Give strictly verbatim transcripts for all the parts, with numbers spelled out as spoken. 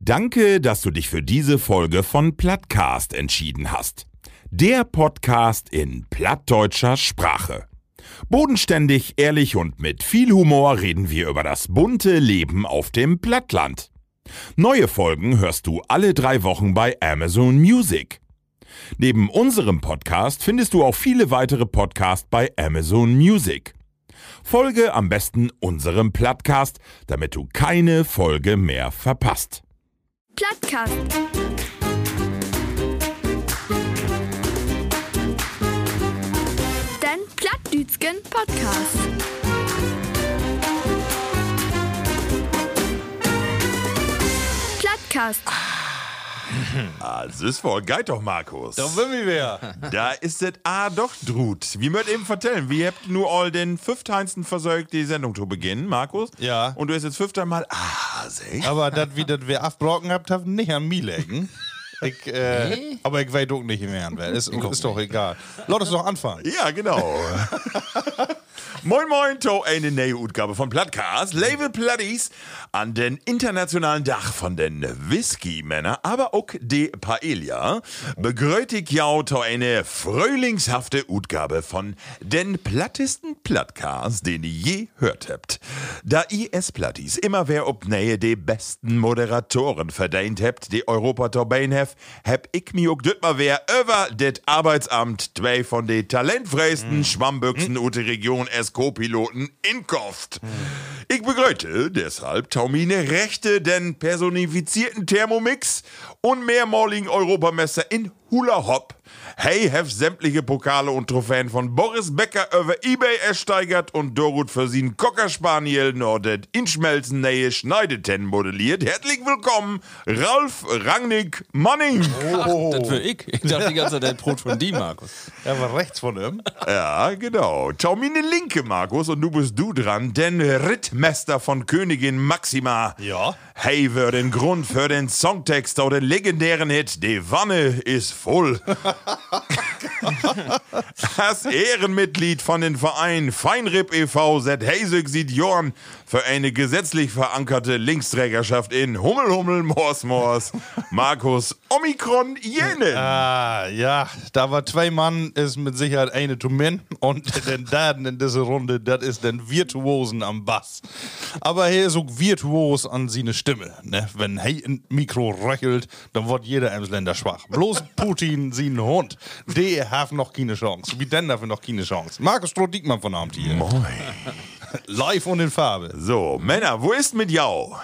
Danke, dass du dich für diese Folge von Plattcast entschieden hast. Der Podcast in plattdeutscher Sprache. Bodenständig, ehrlich und mit viel Humor reden wir über das bunte Leben auf dem Plattland. Neue Folgen hörst du alle drei Wochen bei Amazon Music. Neben unserem Podcast findest du auch viele weitere Podcasts bei Amazon Music. Folge am besten unserem Plattcast, damit du keine Folge mehr verpasst. Plattcast. Den Plattdütschen Podcast. Plattcast. Ah, das ist voll geil doch, Markus. Da will ich wer. Da ist das A doch drut. Wie möcht eben vertellen, wir habt nur all den fünfteilsten versorgt, die Sendung zu beginnen, Markus. Ja. Und du hast jetzt fünfter Mal Ah, seh. Aber das, wie das wir abgebrochen habt, habt nicht an mir legen. Ich, äh, Nee? Aber ich weiß auch nicht mehr an wer. Ist, ist doch egal. Lass uns doch anfangen. Ja, genau. Moin Moin, to eine neue Utgabe von Plattcast. Label Platties an den internationalen Dach von den Whisky-Männer, aber auch de Paella. Begrüßig jau to eine frühlingshafte Utgabe von den plattesten Plattcast, den ihr je hört habt. Da I S Platties immer wer ob Nähe de besten Moderatoren verdient habt, die Europa Torbein hef, hab ich mi auch dütmer wer über det Arbeitsamt zwei von de talentfreisten mm. Schwammbüchsen mm. ute Region S Co-Piloten inkoft. Mm. Ich begrüße deshalb Taumine Rechte, den personifizierten Thermomix und mehrmaligen Europameister in Hula Hop. Hey, hef sämtliche Pokale und Trophäen von Boris Becker über eBay ersteigert und Dorut für sie Cocker Spaniel nordet inschmelzen nähe Schneideten modelliert. Herzlich willkommen, Ralf Rangnick Manning. Oh. Das für ich. Ich dachte die ganze Zeit, der Brot von die, Markus. Er war rechts von ihm. Ja, genau. Taumine Linke, Markus, und du bist du dran, den Rittmeister von Königin Maxima. Ja. Hey, für den Grund für den Songtext oder den legendären Hit, die Wanne ist voll. Das Ehrenmitglied von den Verein Feinripp e V seit Heisig sieht Jorn für eine gesetzlich verankerte Linksträgerschaft in Hummel, Hummel, Mors, Mors, Markus Omikron Jene. Ah, ja. Da war zwei Mann, ist mit Sicherheit eine zu min. Und den Daden in dieser Runde, das ist den Virtuosen am Bass. Aber er ist auch virtuos an seine Stimme. Ne? Wenn er ein Mikro röchelt, dann wird jeder Emsländer schwach. Bloß Putin, sein Hund, der hat noch keine Chance. Wie denn dafür noch keine Chance? Markus Stroh-Diekmann von Abend hier. Moin. Live und in Farbe. So, Männer, wo ist mit Jau?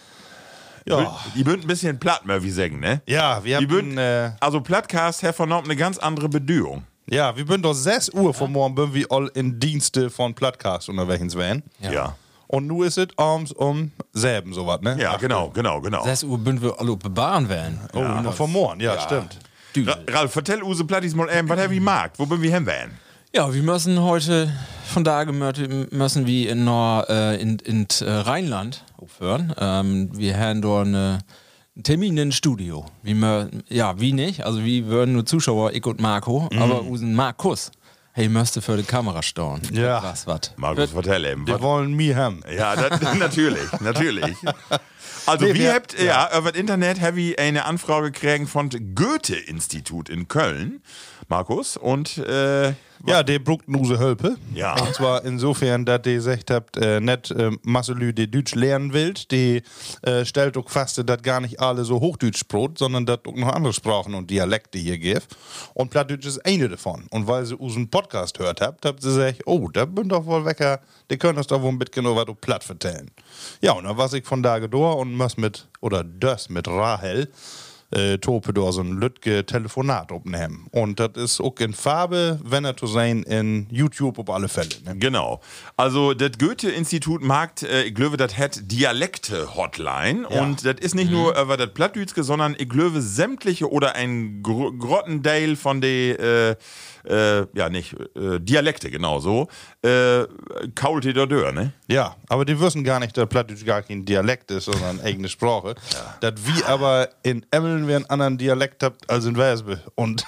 Ja. Die bünd ein bisschen platt, mehr wie sagen, ne? Ja, wir Die haben, bünd, äh, also Plattcast hat vernommen eine ganz andere Bedeutung. ja, wir sind doch sechs Uhr von morgen, bin wir all in Dienste von Plattcast unterwegs werden. Ja. Ja, Und nu ist es abends um sieben, sowas, ne? ja genau, genau, genau. sechs Uhr bünden wir alle bewahren werden. Oh, noch von morgen, ja, stimmt. Ra Ralf, vertell Use Plattis mal eben, was er wie mag. Wo bin wir hin werden? Ja, wir müssen heute von da gemörtet, müssen wir in, Nor, äh, in, in äh, Rheinland aufhören. Ähm, wir haben dort eine, einen Termin in Studio. Wie mör, ja, wie nicht? Also wir würden nur Zuschauer, ich und Marco, mm. aber usen Markus. Hey, müsste für die Kamera stehen. Ja. Was, was? Markus, vertell eben. Wir wat- wollen mich haben. Ja, das, natürlich, natürlich. Also, Nee, wie wir- habt, ja, über das Internet habe ich eine Anfrage gekriegt von Goethe-Institut in Köln, Markus, und, äh, Ja, der brugt nuse Hölpe. Ja. Und zwar insofern, dass die gesagt habt, äh, nicht äh, Masse Lü, die Deutsch lernen will, die äh, stellt auch fast, dass gar nicht alle so Hochdeutsch sprot, sondern dass auch noch andere Sprachen und Dialekte hier gibt. Und Plattdeutsch ist eine davon. Und weil sie unseren Podcast hört habt, habt sie gesagt, oh, da bin doch wohl wecker, die können uns doch wohl mit genau was du platt vertellen. Ja, und dann war ich von da gedor und muss mit, oder das mit Rahel, äh, Tope da so ein Lütge Telefonat aufnehmen. Und das ist auch in Farbe, wenn er zu sein, in YouTube auf alle Fälle. Ne? genau. Also, das Goethe-Institut mag, äh, ich glaube, das hat Dialekte-Hotline. Ja. Und das ist nicht nur über das Plattdütske, sondern ich glaube, sämtliche oder ein Gr Grottendale von den, äh, äh, ja, nicht, äh, Dialekte, genau so, äh, kaut die da dör, ne? Ja, aber die wissen gar nicht, dass Plattdeutsch gar kein Dialekt ist, sondern eine eigene Sprache. Ja. Das wie aber in Emmeln wir einen anderen Dialekt habt als in Wespe. Und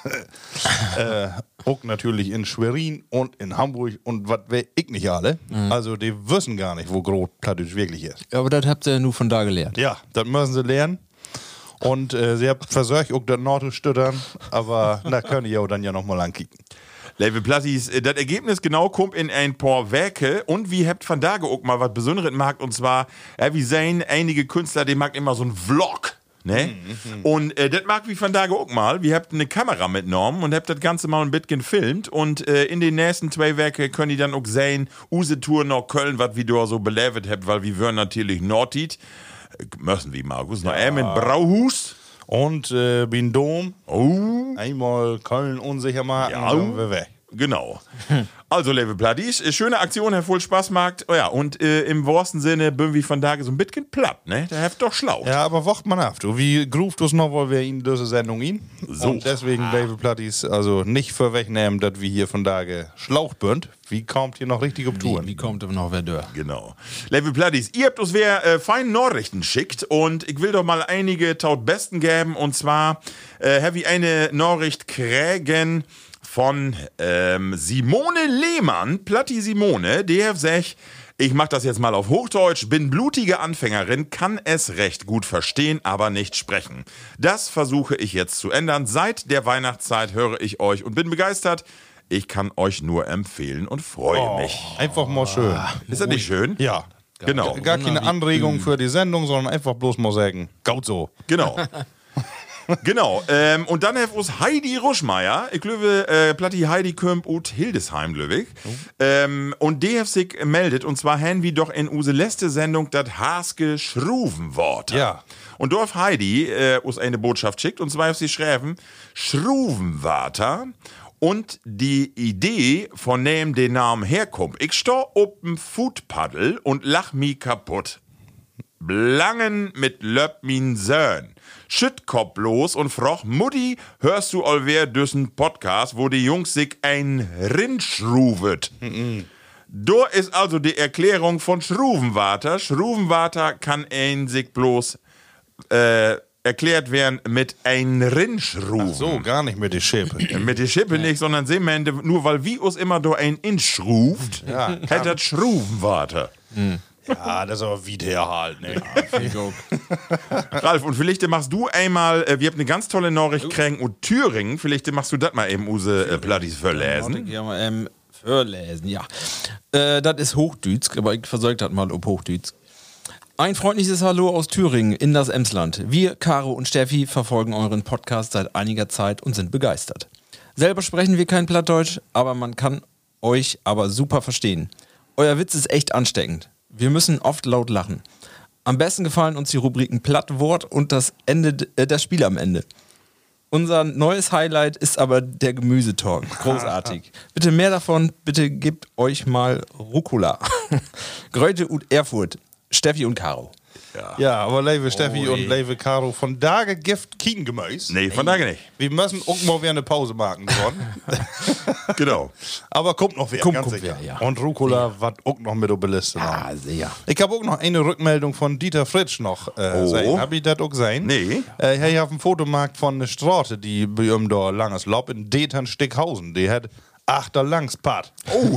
äh, auch natürlich in Schwerin und in Hamburg und was weiß ich nicht alle. Mhm. Also die wissen gar nicht, wo groß Plattdeutsch wirklich ist. Aber das habt ihr nur von da gelernt. Ja, das müssen sie lernen. Und äh, sie hat versucht, auch das Nord zu stüttern, aber da könnt ihr auch dann ja nochmal ankicken. Liebe Plattis, äh, das Ergebnis genau kommt in ein paar Werke und wie habt von da auch mal was Besonderes gemacht und zwar, ja, wie sehen einige Künstler, die mag immer so einen Vlog. Ne? Mhm. Und äh, das mag wie von da auch mal. Wir habt eine Kamera mitgenommen und habt das Ganze mal ein bisschen gefilmt. Und äh, in den nächsten zwei Werken können die dann auch sehen, use Tour nach Köln, was wir da so belebt habt, weil wir würden natürlich Nordit. Äh, müssen wir, Markus, noch ja. Noch in Brauhus. Und äh, bin Dom. Oh. Einmal Köln unsicher machen, ja. dann sind wir weg. Genau. Also, liebe Plattis, schöne Aktion, hat voll Spaß gemacht. Oh ja, und äh, im wahrsten Sinne bin wir von da so ein bisschen platt, ne? Der hat doch schlau. Ja, aber wacht man ab, du. Wie gruft du's noch, weil wir in diese Sendung ihn? So. Und deswegen, liebe Plattis, also nicht vorwegnehmen, dass wir hier von da Schlauch bünd. Wie kommt hier noch richtig auf Touren? Wie, wie kommt noch wer durch? Genau. Liebe Plattis, ihr habt uns wer äh, feine Nachrichten schickt und ich will doch mal einige taut besten geben und zwar äh, habe ich eine Nachricht kriegen von ähm, Simone Lehmann, Platti Simone, der sagt, ich mach das jetzt mal auf Hochdeutsch, bin blutige Anfängerin, kann es recht gut verstehen, aber nicht sprechen. Das versuche ich jetzt zu ändern. Seit der Weihnachtszeit höre ich euch und bin begeistert. Ich kann euch nur empfehlen und freue oh, mich. Einfach mal schön. Ist das nicht schön? Ja. Genau. Gar keine Anregung für die Sendung, sondern einfach bloß mal sagen, gaut so. Genau. Genau, ähm, und dann hat uns Heidi Ruschmeier, ich glaube, äh, Platti Heidi Kömp und Hildesheim, Löwig. Oh. Ähm, und die hat sich meldet, und zwar haben wir doch in use letzte Sendung das Haske Schruvenwort. Ja. Und dort Heidi äh, uns eine Botschaft schickt, und zwar hat sie schreiben, Schruvenwater und die Idee von dem den Namen herkommt. Ich steh op'm Foodpaddel und lach mi kaputt. Blangen mit Löpp min Söhn. Schüttkopf los und froch, Mutti, hörst du allwehr düssen Podcast, wo die Jungs sich ein Rind schruvet. Mhm. Da ist also die Erklärung von Schruvenwater. Schruvenwater kann ein sich bloß äh, erklärt werden mit ein Rindschruven. Ach so, gar nicht mit der Schippe. Mit der Schippe nicht, sondern Seemende, nur weil wie uns immer da ein Inschruft, ja, hat das Schruvenwater. Mhm. Ja, das ist aber wieder halt, ne? Ja, Ralf, und vielleicht machst du einmal, äh, wir haben eine ganz tolle Nachricht kriegen und Thüringen, vielleicht machst du das mal eben use äh, Plattis verlesen. Ja, mal ähm, verlesen, ja. Äh, das ist Hochdütsk, aber ich versorgt das mal ob Hochdütsk. Ein freundliches Hallo aus Thüringen in das Emsland. Wir, Caro und Steffi, verfolgen euren Podcast seit einiger Zeit und sind begeistert. Selber sprechen wir kein Plattdeutsch, aber man kann euch aber super verstehen. Euer Witz ist echt ansteckend. Wir müssen oft laut lachen. Am besten gefallen uns die Rubriken Plattwort und das Ende, äh, das Spiel am Ende. Unser neues Highlight ist aber der Gemüsetalk. Großartig. Bitte mehr davon, bitte gebt euch mal Rucola. Greute und Erfurt. Steffi und Caro. Ja, ja, aber liebe Steffi oh, und liebe Caro, von daher gibt kein Gemüse. Nee, von daher nicht. Wir müssen auch mal wieder eine Pause machen. Genau. Aber kommt noch wer, kommt, ganz kommt sicher. Wer, ja. Und Rucola ja. wird auch noch mit auf der Liste. Ja, sehr. Ich habe auch noch eine Rückmeldung von Dieter Fritsch noch. Äh, oh. Habe ich das auch gesehen? Nee. Äh, ich habe ein Fotomarkt von einer Straße, die bei ihm da langes Lob in Detern-Stickhausen. Die hat achter Langspart. Oh.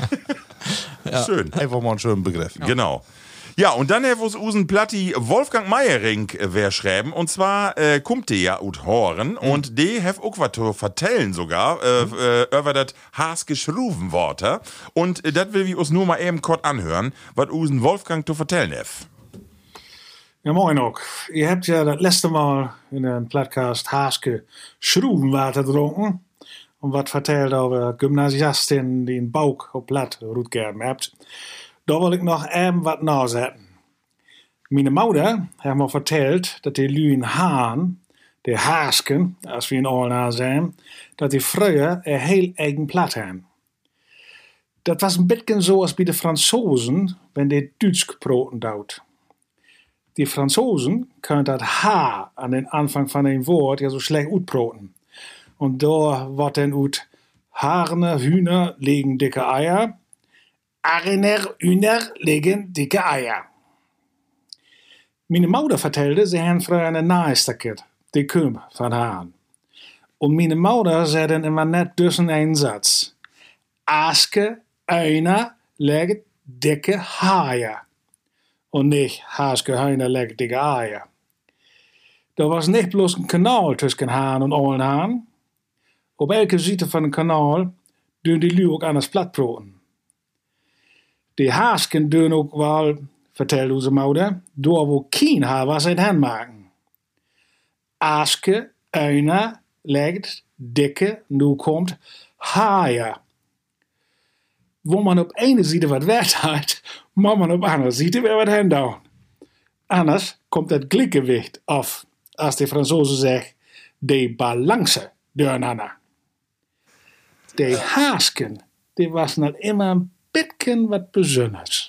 Ja. Schön. Einfach mal einen schönen Begriff. Ja. Genau. Ja, und dann Herr Usen Platti Wolfgang Meiering äh, wer schreiben. Und zwar äh, kommt der ja ut Horen mhm. und die hef auch was zu vertellen sogar äh, mhm. äh, über das Haske Schruvenworter. Und äh, das will wir uns nur mal eben kurz anhören, was Usen Wolfgang zu vertellen hef. Ja, moin auch. Ihr habt ja das letzte Mal in dem Podcast Haske Schruvenwater getrunken und was vertellt über Gymnasiastinnen, die einen Bauch auf Platt gut gern habt. Da wil ik nog even wat nazetten. Meine Mutter hat mir verteld dat die Lüen Haan, die Haasken, als wir in Olna zijn, dat die früher een heel eigen Platt hebben. Dat was een beetje zoals bij de Franzosen, wenn die Duits geproten dout. Die Franzosen können dat H an den Anfang von een Wort ja so schlecht utproten. Und da wordt dann ut Haarne, Hühner legen dicke Eier. Ariner, Hühner legen dicke Eier. Meine Mutter vertelde, sie haben früher eine Naaisterkit, die Kump von Haan. Und meine Mutter zei dann immer net tussen einen Satz. Aske, Einer legt dicke Eier. Und nicht Haske, Einer legt dicke Eier. Da was nicht bloß een kanaal tussen Haan en Ollenhaan. Op elke zijde van een kanaal doen die lui ook anders platproten. Die haasken doen ook wel, vertelt onze moeder, door wo geen haar was uit hen maken. Aske, uina, legt, dikke, nu komt haaien. Wo man op ene zijde wat werd had, moet man op andere zijde weer wat hen doen. Anders komt het gelijkgewicht af, als de Fransozen zeggen, de balance durcheinander. De haasken, die was nog immer een beetje wat besonders.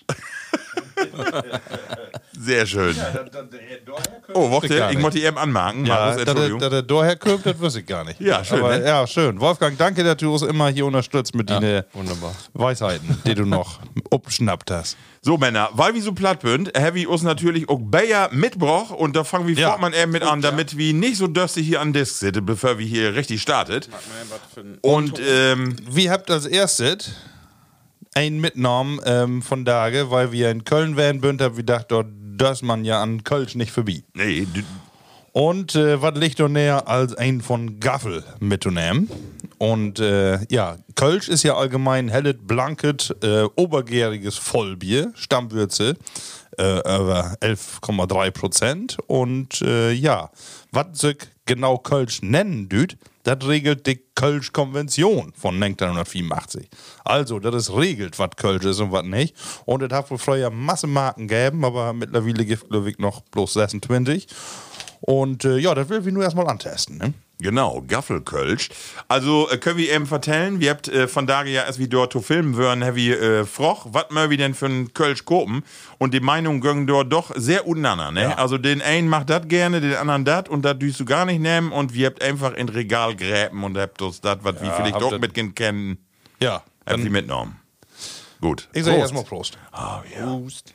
Sehr schön. Oh, warte, ich muss die eben anmerken. Ja, Markus, dass er, Entschuldigung. dass er daher kommt, das wusste ich gar nicht. Ja, schön, Aber, ne? ja, schön. Wolfgang, danke, dass du uns immer hier unterstützt mit Ja, deinen wunderbar. Weisheiten, die du noch abschnappt hast. So, Männer, weil wir so platt sind, haben wir uns natürlich auch Bayer mitgebracht und da fangen wir Ja. fort mal eben mit an, damit wir nicht so durstig hier an Disk sitzen, bevor wir hier richtig startet. Und, ähm, Wir habt als erstes ein mitgenommen ähm, von Tage, weil wir in Köln wären, bünd, hab wir gedacht, dort das man ja an Kölsch nicht vorbei. nee, du, Und äh, was liegt doch näher als ein von Gaffel mitzunehmen? Und äh, ja, Kölsch ist ja allgemein helles, blankes, äh, obergäriges Vollbier, Stammwürze, äh, über elf Komma drei Prozent. Und äh, ja, was sich genau Kölsch nennen düt, das regelt die Kölsch-Konvention von neunzehnhundertvierundachtzig. Also, das ist regelt, was Kölsch ist und was nicht. Und es hat wohl früher Masse Marken gegeben, aber mittlerweile gibt es, glaube ich, noch bloß sechsundzwanzig. Und äh, ja, das will wir nur erstmal antesten, ne? genau, Gaffelkölsch. Also, äh, können wir eben vertellen, wir habt äh, von daher ja, als wir dort zu filmen würden, haben wir äh, froch, was mögen wir denn für einen Kölsch kopen? Und die Meinungen gingen dort doch sehr untereinander, ne? Ja. Also, den einen macht das gerne, den anderen das und das düst du gar nicht nehmen und wir habt einfach in Regal gräben und habt uns das, was wir vielleicht habt auch das- mitgehen kennen, Ja, habt dann, wir mitgenommen. Gut. ich sage Prost. erstmal Prost. Ah, ja. Prost.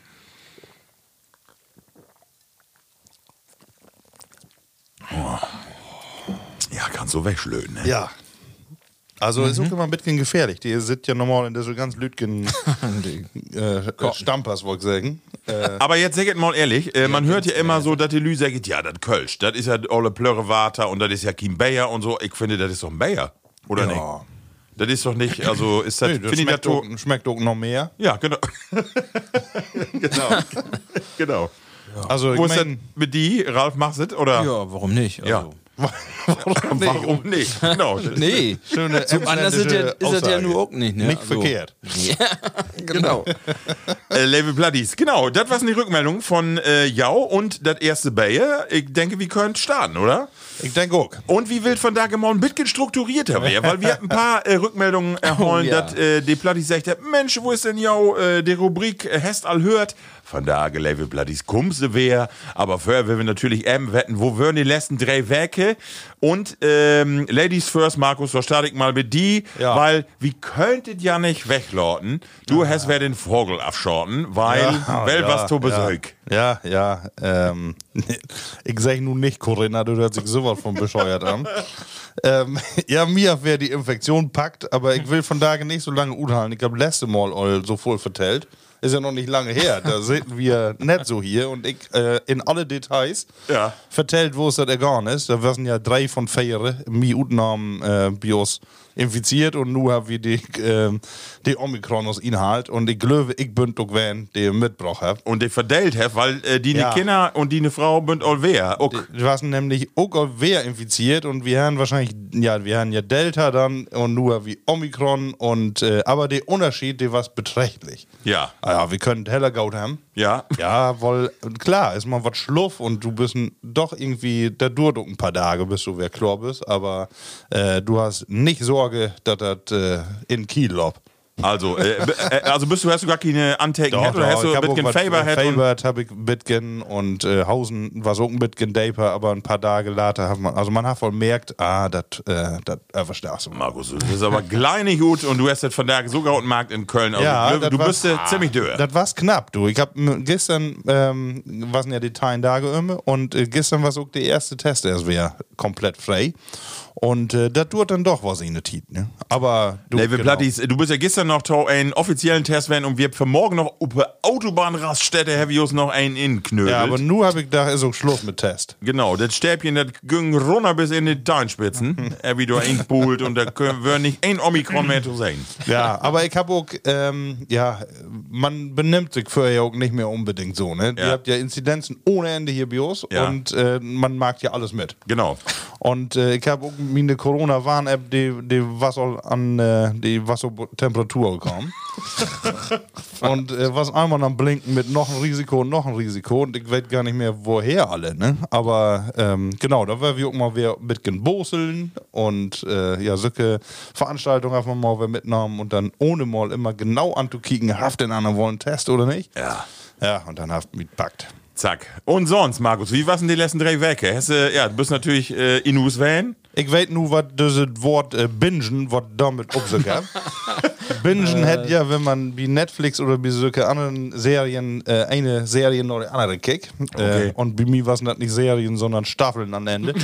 Ja, kannst du wegschlöten, ne? Ja. Also, ist auch immer ein bisschen gefährlich. Die sind ja normal in der so ganz lütgen äh, Stampers, wollte ich sagen. Äh, Aber jetzt sagt mal ehrlich, äh, man hört ja immer so, dass die Lü sagt, ja, das Kölsch, das ist ja alle Plörre Water und das ist ja kein Bayer und so. Ich finde, das ist doch ein Bayer, oder Ja. nicht? Das ist doch nicht, also ist das, nee, das finde ich das schmeckt, so, auch, schmeckt auch noch mehr. ja, genau. genau, genau. Also, Wo ich ist das mein, mit die, Ralf, machst du das, oder? Ja, warum nicht? Also, Ja. Warum nicht? Genau. Nee. schöne So anders ist emsländische ja, ist das ja Aussage. nur auch nicht, ne? Nicht Also, verkehrt. Ja, genau. Äh, Label Bloodies. Genau, das war die Rückmeldung von äh, Jau und das erste Bayer. Ich denke, wir können starten, oder? Ich denke auch. Und wie will von da mal ein bisschen strukturierter wäre, weil wir hatten ein paar äh, Rückmeldungen erholen, Oh, ja. dass äh, die Plattis sagt, Mensch, wo ist denn jau äh, die Rubrik äh, Hest all hört? Von da Label Plattis Kumse wär, aber vorher will wir natürlich eben wetten, wo würden die letzten drei Werke? Und ähm, Ladies First, Markus, da starte ich mal mit die, Ja. weil wir könntet ja nicht weglauten. Du hast wer den Vogel abschorten, weil, Ja, weil ja, was zu ja. Besuch. Ja, ja. Ähm, ich sage nun nicht, Corinna, du hört sich sowas von bescheuert an. ähm, ja, mir wer die Infektion packt, aber ich will von daher nicht so lange unhalten. Ich habe letzte Mal all so voll vertellt. Ist ja noch nicht lange her. Da sind wir nicht so hier und ich äh, in alle Details Ja. vertellt, wo es das ergangen ist. Da waren ja drei von vier mi Utnahmen äh, Bios infiziert und nun haben wir die, äh, die Omikron-Inhalt und ich glaube, ich bin doch wen, der mitgebracht hat. Und die verdellt hat, weil äh, die ne Ja. Kinder und die ne Frau bünd all wer. Auch. Wir waren nämlich auch wer infiziert und wir haben wahrscheinlich, ja, wir haben ja Delta dann und nur wie Omikron und, äh, aber der Unterschied, der war beträchtlich. Ja. Ah ja, wir können heller Gaut haben. Ja. Ja, weil, klar, ist mal was schluff und du bist n- doch irgendwie, da dauert auch ein paar Tage, bis du wer klar bist, aber äh, du hast nicht Sorge, dass das äh, in Kiel lobt. Also, äh, b- äh, also bist du, hast du gar keine Antaken gehabt oder hast du ein bisschen Faber gehabt? und- Faber habe ich ein bisschen und äh, Hausen war so ein bisschen Daper, aber ein paar Tage later hat man, also man hat voll merkt, ah, das äh, das verstärkst du. Markus, das ist aber klein nicht gut und du hast das von der sogar einen Markt in Köln. Also, Ja, du das du war- bist äh, ziemlich dürr. Das war's knapp, du. Ich hab m- gestern, ähm, waren ja die Teilen da geömme und äh, gestern war auch der erste Test erst wieder komplett frei. Und äh, das tut dann doch was in der Tit, ne? Aber du, Level genau. Plattis, du bist ja gestern noch to einen offiziellen Test werden und wir für morgen noch über Autobahnraststätte haben wir uns noch einen inknödelt. Ja, aber nu habe ich da ist auch Schluss mit Test. Genau, das Stäbchen, das ging runter bis in die Darmspitzen. Er wieder inkpult und da können wir nicht ein Omikron mehr zu sehen. Ja, aber ich habe auch, ähm, ja, man benimmt sich für ja auch nicht mehr unbedingt so, ne? Ja. Ihr habt ja Inzidenzen ohne Ende hier bei uns Ja. und äh, man mag ja alles mit. Genau. Und äh, ich habe auch meine Corona-Warn-App, die, die was soll an äh, die was soll Temperatur kommen. Und äh, was einmal am Blinken mit noch ein Risiko und noch ein Risiko. Und ich weiß gar nicht mehr, woher alle, ne? Aber ähm, genau, da werden wir auch mal wieder mit boseln und äh, ja, solche Veranstaltungen haben wir mal wieder mitgenommen und dann ohne mal immer genau anzukicken, haft den anderen wollen Test oder nicht. Ja. Ja, und dann haft mitpackt. Zack. Und sonst, Markus, wie waren die letzten drei Werke? Hast du, ja, du bist natürlich äh, Inus Van. Ich weiß nur, was das Wort äh, bingen, was damit auf sich hat. Bingen hat ja, wenn man wie Netflix oder wie solche anderen Serien, äh, eine Serie oder andere Kick. Okay. Äh, und bei mir waren das nicht Serien, sondern Staffeln am Ende.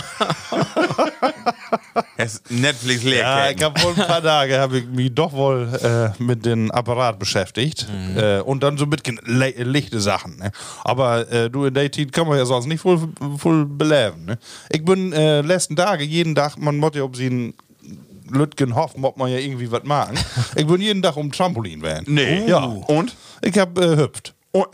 Es Netflix leer. Ja, ich habe wohl ein paar Tage habe ich mich doch wohl äh, mit dem Apparat beschäftigt Mhm. äh, und dann so mit le lichte Sachen. Ne? Aber äh, du in der Zeit kann man ja sonst nicht voll, voll beleben. Ne? Ich bin äh, letzten Tage jeden Tag, man muss ja ob sie ein Lütgenhoff, muss man ja irgendwie was machen. Ich bin jeden Tag um Trampolin werden. Nee. Ja. Und? Ich habe äh, hüpft. Und,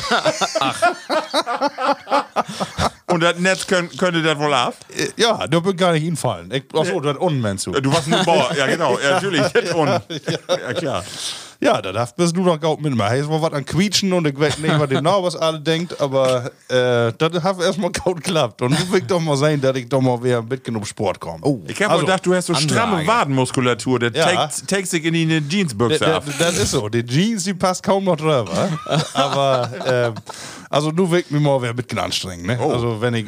und das Netz könnt, könnte das wohl ab? Äh, ja, da bin gar nicht hinfallen. Ich, achso, das unten meinst du. Du warst nur Bauer. Ja, genau. Ja, natürlich. Das und, ja, klar. Ja, da darf bist du noch gaut mitmachen. Jetzt mal was an quietschen und ich weiß nicht, was genau was alle denkt, aber äh, das hat erstmal gaut geklappt. Und du willst doch mal sein, dass ich doch mal wieder ein bisschen um Sport komme. Oh. Ich habe Also, gedacht, du hast so stramme Ansage. Wadenmuskulatur. Der Ja. takes, takes sich in die Jeansbüchse Das, ab. das ist so. Die Jeans, die passt kaum noch drüber. Aber, ähm, also du willst mich mal wieder ein bisschen anstrengen. Ne? Oh. Also, wenn ich.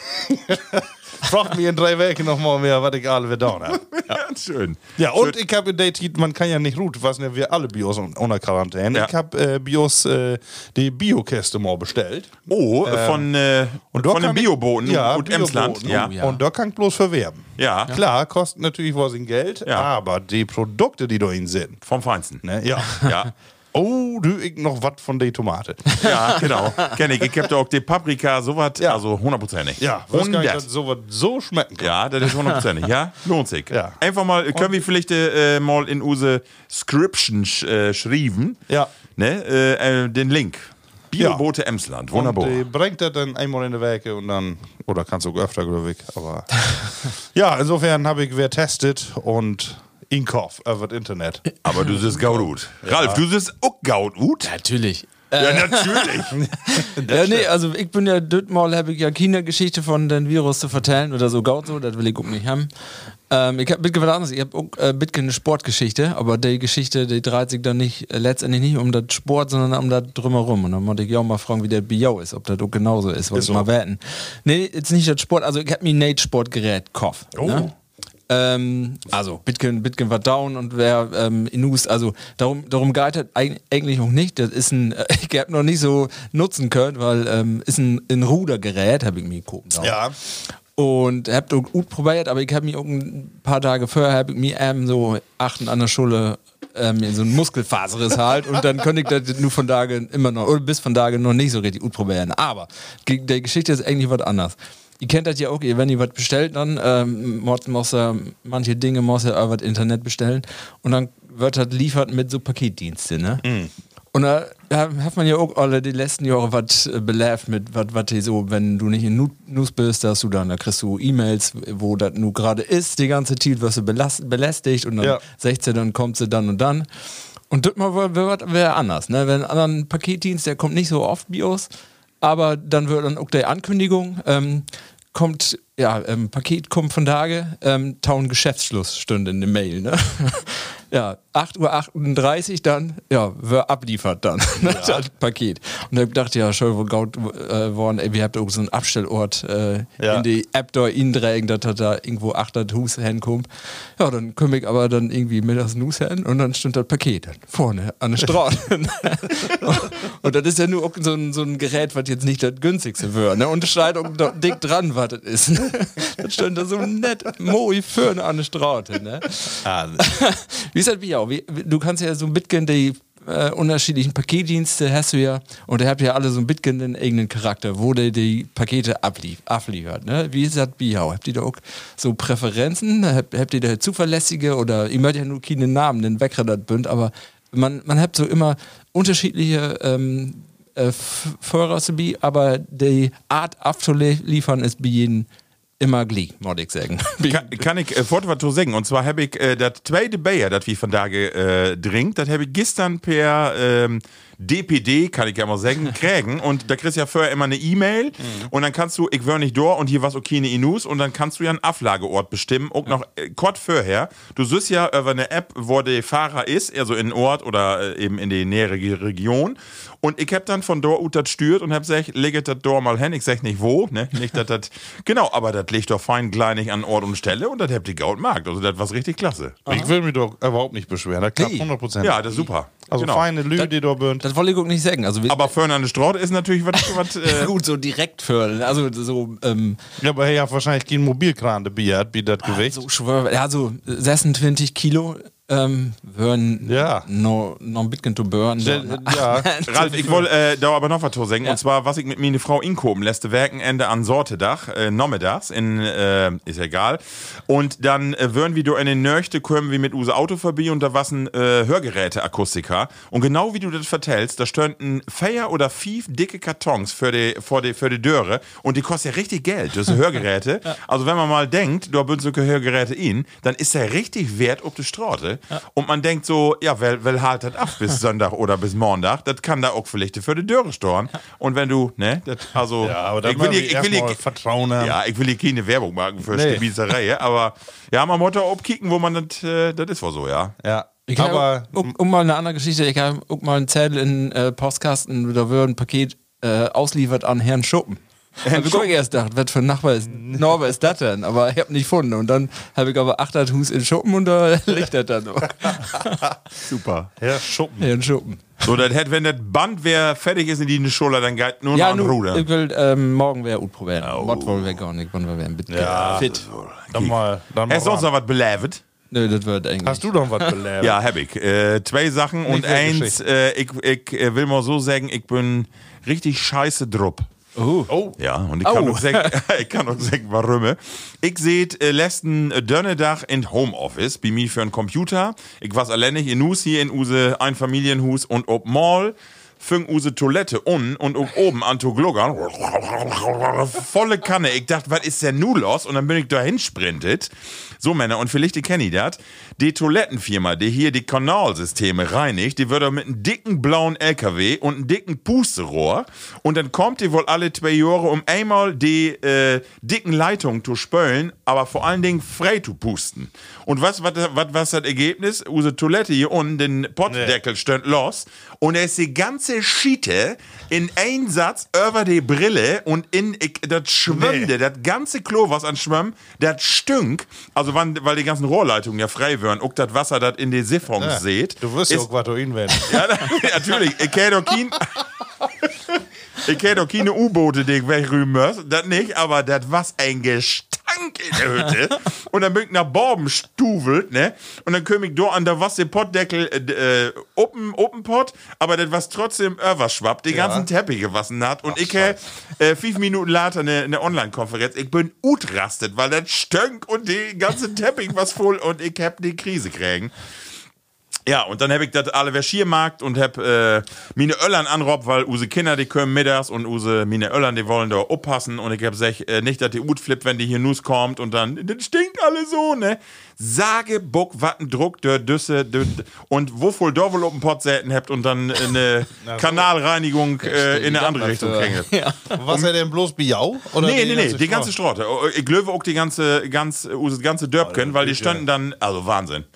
Fragt mich in drei Wochen noch mal mehr, was ich alle wieder down habe. Ja, schön. Ja, und ich habe in der Zeit, man kann ja nicht ruhen, was ne, wir alle Bios unter Quarantäne. Ja. Ich habe äh, Bios, äh, die Biokäste mal bestellt. Oh, von, äh, Und da von den kann ich- Bioboten ja, und Emsland. Bioboten. Ja. Oh, Ja. Und da kann ich bloß verwerben. Ja. Klar, kostet natürlich was in Geld, Ja. aber die Produkte, die da sind, Vom Feinsten. ne, ja. Ja. Oh, du, ich noch was von der Tomate. Ja, genau. Kenn ich. Ich hab da auch die Paprika, sowas. Ja. Also hundertprozentig. Ja, was und kann ich, das. dass sowas so schmecken kann. Ja, das ist hundertprozentig. Ja, lohnt sich. Ja. Einfach mal, können wir vielleicht äh, mal in unsere Scription sch, äh, schreiben. Ja. Ne? Äh, äh, den Link. Biobote Emsland. Wunderbar. Und die bringt das dann einmal in der Woche und dann, oder kannst du auch öfter, glaube ich. Aber ja, insofern habe ich wer testet und in Kauf über das Internet. Aber du siehst gaut gut. Ralf, du siehst auch gaut gut. Natürlich. Ja, natürlich. Ja, nee, also ich bin ja, das Mal habe ich ja keine Geschichte von dem Virus zu vertellen oder so, gaut so, das will ich auch nicht haben. Ähm, ich habe mitgebracht anderes, ich habe auch äh, mitgebracht eine Sportgeschichte, aber die Geschichte, die dreht sich dann nicht, äh, letztendlich nicht um das Sport, sondern um das drumherum. Und dann wollte ich ja auch mal fragen, wie der Biau ist, ob das auch genauso ist, wollte ich so. mal werten. Nee, jetzt nicht das Sport, also ich habe mir ein Nate-Sportgerät gekauft. Oh. Ne? Ähm, also, Bitcoin, Bitcoin war down und wer ähm, in Us, also darum, darum geht es eig- eigentlich auch nicht. Das ist ein, äh, ich habe noch nicht so nutzen können, weil ähm, ist ein, ein Rudergerät, habe ich mir geguckt. Ja. Und hab auch gut probiert, aber ich habe mich auch ein paar Tage vorher, habe ich mir ähm, so achten an der Schule ähm, so ein Muskelfaserriss halt und dann konnte ich das nur von Tage immer noch, oder bis von Tage noch nicht so richtig gut probieren. Aber die, die Geschichte ist eigentlich was anderes. Ihr kennt das ja auch, wenn ihr was bestellt, dann ähm, muss, muss er, manche Dinge muss er über das Internet bestellen und dann wird das liefert mit so Paketdienste, ne? Und da, da hat man ja auch alle die letzten Jahre was äh, belebt mit, was die so, wenn du nicht in Nu- News bist, dass du dann, da kriegst du E-Mails, wo das nur gerade ist, die ganze Zeit wirst du belast, belästigt und dann Ja. sechzehn, dann kommt sie dann und dann. Und das mal wäre wär anders, ne? Wenn ein anderen Paketdienst, der kommt nicht so oft Bios, aber dann wird dann auch die Ankündigung, ähm, kommt, ja, ähm, Paket kommt von Tage, ähm, taun Geschäftsschluss stünde in der Mail, ne? Ja, acht Uhr achtunddreißig dann, ja, wer abliefert dann, ja. Das Paket. Und dann dachte ich, ja, schon, wo gaut äh, worden, ey, wir habt auch so einen Abstellort äh, ja. in die App da indrängen, dass da irgendwo achthundert Hus hinkommt. Ja, dann komme ich aber dann irgendwie mittags Nuss hin und dann stand das Paket dann vorne an der Straße. Und das ist ja nur auch so ein, so ein Gerät, was jetzt nicht das günstigste wäre, ne? Und da steht auch da dick dran, was das ist. Das stand da so nett, moi, für an der Straße, ne? Ah, wie ist das wie auch? Wie, du kannst ja so ein bisschen die äh, unterschiedlichen Paketdienste hast du ja und ihr habt ja alle so ein bisschen den eigenen Charakter, wo der die Pakete ablief, abliefert. Ne? Wie ist das wie auch? Habt ihr da auch so Präferenzen? Habt, habt ihr da zuverlässige oder ihr möchtet ja nur keine Namen, den wegredert bünd, aber man, man hat so immer unterschiedliche ähm, äh, Führer, aber die Art abzuliefern ist bei jedem immer gleich, muss ich sagen. Kann, kann ich äh, fort was sagen? Und zwar habe ich äh, das zweite Bier, das wir von da äh, trinkt, das habe ich gestern per ähm, D P D, kann ich ja mal sagen, kriegen. Und da kriegst du ja vorher immer eine E-Mail mhm. und dann kannst du, ich wär nicht da und hier was okay eine Inus und dann kannst du ja einen Ablageort bestimmen, auch noch äh, kurz vorher. Du siehst ja über eine App, wo der Fahrer ist, also in Ort oder äh, eben in die nähere Region. Und ich hab dann von dort ut das stört und hab gesagt, legt das dort mal hin. Ich sag nicht wo, ne? Nicht, dass das, genau, aber das liegt doch fein kleinig an Ort und Stelle und das habt ihr gaut Markt. Also das war richtig klasse. Aha. Ich will mich doch überhaupt nicht beschweren. Das klappt hundert Prozent. Ja, das ist super. Also genau. Feine Lüge, die da bünd. Das wollte ich auch nicht sagen. Also, aber für eine Straße ist natürlich was. was äh gut, so direkt für. Also so. Ähm, ja, aber hey, ja wahrscheinlich kein Mobilkran dabei hat, wie das Gewicht. So schwör, ja, so sechsundzwanzig Kilo. Ähm, hören ja. noch no ein bisschen zu burn. Ja. ja. Ralf, ich wollte äh, da aber noch was zu sagen. Ja. Und zwar, was ich mit meiner Frau inkoben letzte Wochenende an Sortedach, äh, Nommedags, in, äh, ist egal. Und dann äh, würden wir da in den Nörchte kommen, wie mit use Auto vorbei und da was ein äh, Hörgeräte-Akustiker. Und genau wie du das vertellst, da standen vier oder fünf dicke Kartons für die, vor die, für die Döre und die kosten ja richtig Geld, das sind Hörgeräte. Ja. Also wenn man mal denkt, da bünden so Hörgeräte in, dann ist der richtig wert auf die Straße. Ja. Und man denkt so, ja, wer, wer halt das ab bis Sonntag oder bis Montag? Das kann da auch vielleicht für die Döre storen. Ja. Und wenn du, ne, das, also, ja, aber ich will, ich, ich will ich, Vertrauen haben. Ja, ich will hier keine Werbung machen für nee. Spießerei, aber ja, man muss da abkicken, wo man das, äh, das ist wohl so, ja. Ja. Ich aber, um, um mal eine andere Geschichte, ich habe auch mal einen Zettel in äh, Postkasten, da wird ein Paket äh, ausliefert an Herrn Schuppen. Hab ich erst gedacht, was für ein Nachbar ist, Norber ist das denn? Aber ich hab nicht gefunden. Und dann habe ich aber achthundert Hus in Schuppen und da liegt das dann noch. Super. Herr Schuppen. Herr Schuppen. So, das hätte, wenn das Band wär fertig ist in die Schule, dann geht nur ja, noch ein Ruder. Ich will ähm, morgen wäre gut probieren. Oh. Mord wollen wir gar nicht, wann wir werden ja, fit. Dann mal, dann mal Hast du sonst noch was belevet? Nö, das wird eigentlich. Hast du noch was belevet? Ja, hab ich. Äh, zwei Sachen nicht und eins, äh, ich, ich äh, will mal so sagen, ich bin richtig scheiße drupp. Oh. oh. Ja, und ich kann oh. auch sagen, ich kann auch sagen, warum. Ich seht äh, letzten Dönnedach in Homeoffice, bei mir für einen Computer. Ich war alleinig in Hus hier in use Einfamilienhus und ob mal fing use Toilette un und oben an to gluggern. Volle Kanne. Ich dachte, was ist denn nu los? Und dann bin ich da hinsprintet. So, Männer, und vielleicht die kennen das. Die Toilettenfirma, die hier die Kanalsysteme reinigt, die wird da mit einem dicken blauen L K W und einem dicken Pusterohr. Und dann kommt die wohl alle zwei Jahre, um einmal die äh, dicken Leitungen zu spülen, aber vor allen Dingen frei zu pusten. Und was was was was das Ergebnis? Use Toilette hier unten, den Pottdeckel nee. stönt los. Und er ist die ganze Schiete in einen Satz über die Brille und in ich, das Schwimmende, nee. das ganze Klo, was an Schwamm, das stunk. Also wann, weil die ganzen Rohrleitungen ja frei werden, auch das Wasser, das in die Siphons ja, seht. Du wirst ja auch was du inwenden. Ja, natürlich. Ich kenne doch kein, ich kenne doch keine U-Boote, die ich wegrühmen muss. Das nicht, aber das war ein Gestank in der Hütte. Und dann bin ich nach Borben stuvelt, ne? Und dann komme ich da an der Wasserpottdeckel, äh, open, open Pot, aber das was trotzdem überschwappt, die ja. ganzen Teppich gewassen hat. Und Ach, ich habe äh, fünf Minuten later eine, eine Online-Konferenz. Ich bin utrastet, weil das stunk und die ganze Teppich was voll und ich hab die Krise kriegen. Ja, und dann hab ich das alle Verschiermarkt und hab äh, meine Öllern anrob, weil use Kinder, die kommen mittags und use meine Öllern, die wollen da aufpassen und ich hab gesagt, äh, nicht, dass die Ut flippt, wenn die hier Nuss kommt und dann, das stinkt alle so, ne? Sage, Buck, Wattendruck, der Düsse, der, und wovon da wohl auf dem Pot selten habt und dann eine so. Kanalreinigung äh, in eine andere Richtung kriegt. Ja. Was er denn bloß Biau? Oder nee, nee, nee, die ganze Straße. Ich glaube auch die ganze, ganz, use ganze Dörpken, weil die standen dann, also Wahnsinn.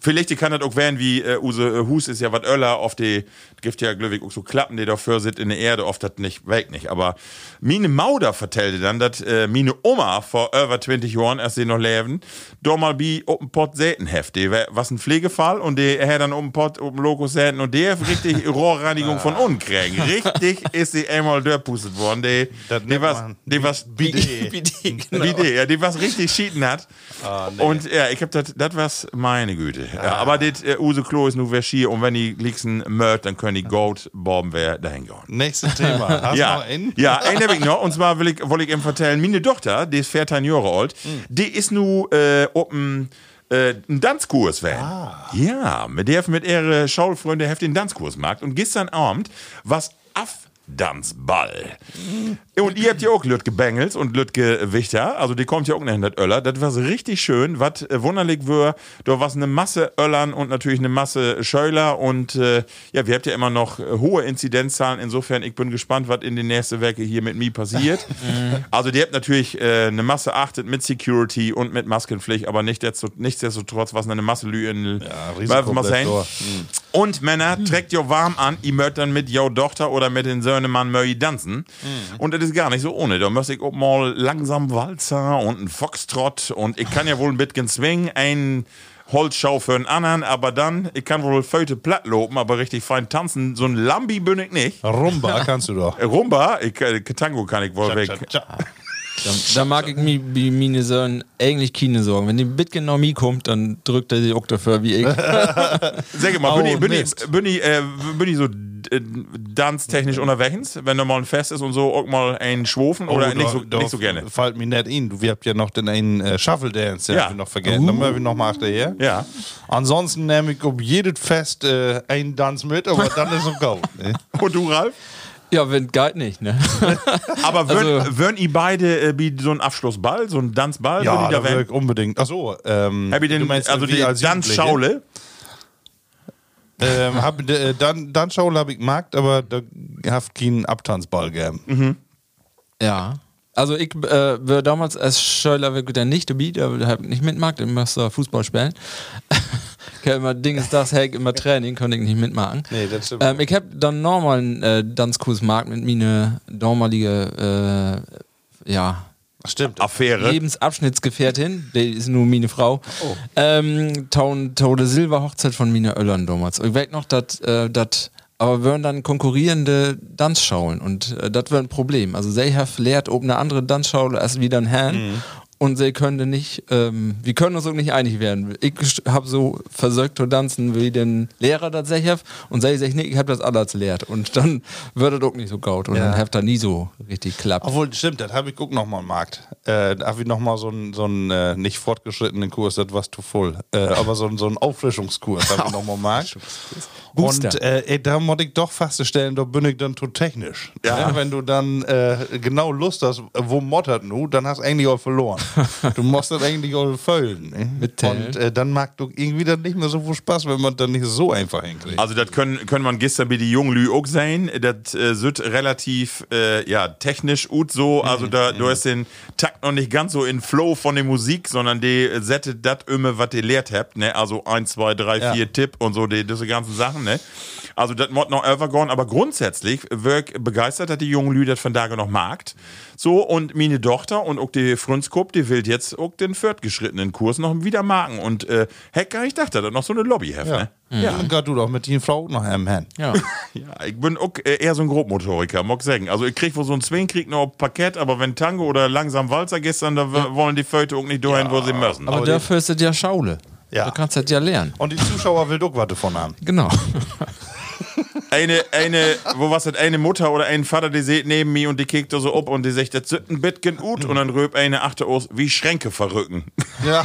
Vielleicht kann das auch werden, wie äh, Use äh, Hus ist ja was Öller auf die, gibt ja glücklich auch so Klappen, die dafür sind in der Erde, oft das nicht, weg nicht. Aber meine Mauder vertellte dann, dass äh, meine Oma vor über zwanzig Jahren, als sie noch leben, da mal bei Open Pot säten heft. Die was ein Pflegefall und die hat dann Open Pot, Open Logo säten und der richtig Rohrreinigung von unten kriegen. Richtig ist sie einmal durchpustet worden. Die, die was, die was, Bidet. Bidet, genau. Bidet, ja, die was richtig schieden hat. Ah, nee. Und ja, ich hab das, das was meine Güte. Ja, aber das äh, Use Klo ist nur wer schier und wenn die liegsten mört, dann können die Gold bomben, wer dahin gehen. Nächstes Thema. Hast du Ja, noch einen? ja, einen hab ich noch. Und zwar will ich, wollte ich ihm vertellen, meine Tochter, die ist vierzehn Jahre alt, die ist nu äh, oben äh, einen Tanzkurs werden. Ah. Ja, mit der mit ihre Schulfreunde heft den Tanzkurs gemacht. Und gestern Abend was af Tanzball. Und ihr habt ja auch Lütke Bengels und Lütke Wichter, also die kommt ja auch nicht in das Öller. Das war so richtig schön, was äh, wunderlich war. Da war eine Masse Öllern und natürlich eine Masse Scheuler und äh, ja, wir habt ja immer noch äh, hohe Inzidenzzahlen. Insofern, ich bin gespannt, was in den nächsten Werke hier mit mir passiert. Also die habt natürlich äh, eine Masse achtet mit Security und mit Maskenpflicht, aber nichtsdestotrotz, nichtsdestotrotz was eine Masse Lü in Ja, Risiko mal bleibt sein. da. Und Männer, trägt ihr warm an, ihr mögt dann mit your Tochter oder mit den Söhnemann möi tanzen. Und das ist gar nicht so ohne. Da muss ich auch mal langsam Walzer und ein Foxtrott und ich kann ja wohl ein bisschen swingen, ein Holzschau für einen anderen, aber dann, ich kann wohl Föte platt loben, aber richtig fein tanzen. So ein Lambi bin ich nicht. Rumba kannst du doch. Äh, Rumba, ich, äh, Tango kann ich wohl weg. Tja, tja. Da, da mag ich mir wie meine Söhne eigentlich keine Sorgen. Wenn die Bit genau mir kommt, dann drückt er sich auch dafür wie ich. Sag mal, bin, Oh, ich, bin, ich, Mist. bin, ich, äh, bin ich so äh, tanztechnisch unterwegs, wenn da mal ein Fest ist und so, auch mal ein Schwofen oder Oh, nicht, da- so, da nicht so gerne? Fällt mir nicht in. Du, wir habt ja noch den einen äh, Shuffle Dance, den Ja. ja. wir noch vergessen. Dann müssen wir noch mal hinterher. Ja. Ansonsten nehme ich auf jedes Fest äh, einen Tanz mit, aber dann ist es gut. Ne? Und du, Ralf? Ja, wenn geht nicht, ne? Aber würden, Also- würden ihr beide äh, wie so ein Abschlussball, so ein Tanzball? Ja, würden die da werden? will ich unbedingt. Achso, ähm, Hab ich den, du meinst, also wie die als Jugendliche? Tanzschaule? Ähm, hab, äh, dann, dann Schaule habe ich gemacht, aber da hab keinen Abtanzball gegeben. Ja. Also ich äh, war damals als Schüler wirklich der nicht dabei, der hat nicht mitgemacht, ich musste Fußball spielen. Ich hab immer Ding ist das, Heck, immer Training, konnte ich nicht mitmachen. Nee, das stimmt. Ähm, ich hab dann nochmal einen äh, Tanzkurs gemacht mit meiner damalige, äh, ja, Stimmt. Affäre. Lebensabschnittsgefährtin, die ist nur meine Frau. Oh. Ähm, Taun, Taude Silberhochzeit von meiner Öllern damals. Ich weiß noch, dass äh, dat, aber würden dann konkurrierende Tanzschaulen und äh, das wäre ein Problem. Also sie haben lehrt oben eine andere Tanzschaule als wieder ein Herrn. Mhm. Und sie können nicht, ähm, wir können uns auch nicht einig werden. Ich habe so versucht zu tanzen, wie den Lehrer das sagt, und sie sagt, nee, ich habe das alles lehrt. Und dann wird das auch nicht so gaut. Und Ja. dann hat das nie so richtig geklappt. Obwohl, stimmt, das habe ich auch noch mal im Markt. Äh, da habe ich noch mal so einen so einen, äh, nicht fortgeschrittenen Kurs, das war zu voll. Äh, aber so einen so einen Auffrischungskurs habe ich noch mal im Markt. Booster. Und äh, ey, da muss ich doch feststellen, da bin ich dann zu technisch. Ja. Ne? Wenn du dann äh, genau Lust hast, wo mottert du, dann hast du eigentlich auch verloren. Du musst das eigentlich auch füllen. Ne? Mit Tell. Und äh, dann mag du irgendwie dann nicht mehr so viel Spaß, wenn man dann nicht so einfach hinkriegt. Also das können, können man gestern bei die jungen Lü auch sein. Das äh, sind relativ äh, ja, technisch gut so. Also da du hast den Takt noch nicht ganz so in Flow von der Musik, sondern die äh, settet das immer, was ihr lehrt habt. Ne? Also eins, zwei, drei, Ja. vier Tipp und so, die, diese ganzen Sachen. Ne? Also das mod noch overgone, aber grundsätzlich wirk begeistert, dass die jungen Lü das von da noch magt. So, und meine Tochter und auch die Frünskop, die will jetzt auch den fortgeschrittenen Kurs noch wieder machen. Und äh, Hecker, ich dachte, das noch so eine Lobby heft, ja. ne? Ja. Dann gehst du doch mit die Frau noch am Hand. Ja. Ja, ich bin auch äh, eher so ein Grobmotoriker, mag sagen. Also ich krieg wohl so ein Zwingkrieg noch auf Parkett, aber wenn Tango oder langsam Walzer gestern, da w- wollen die Föte auch nicht dahin, wo sie müssen. Aber, dafür ist es ja Schaule. Ja. Du kannst das ja lernen. Und die Zuschauer will doch was davon haben. Genau. Eine, eine, wo was das, eine Mutter oder ein Vater, die seht neben mir und die kickt da so ab und die sagt, das sind ein bisschen gut und dann röp eine achte aus, wie Schränke verrücken. Ja.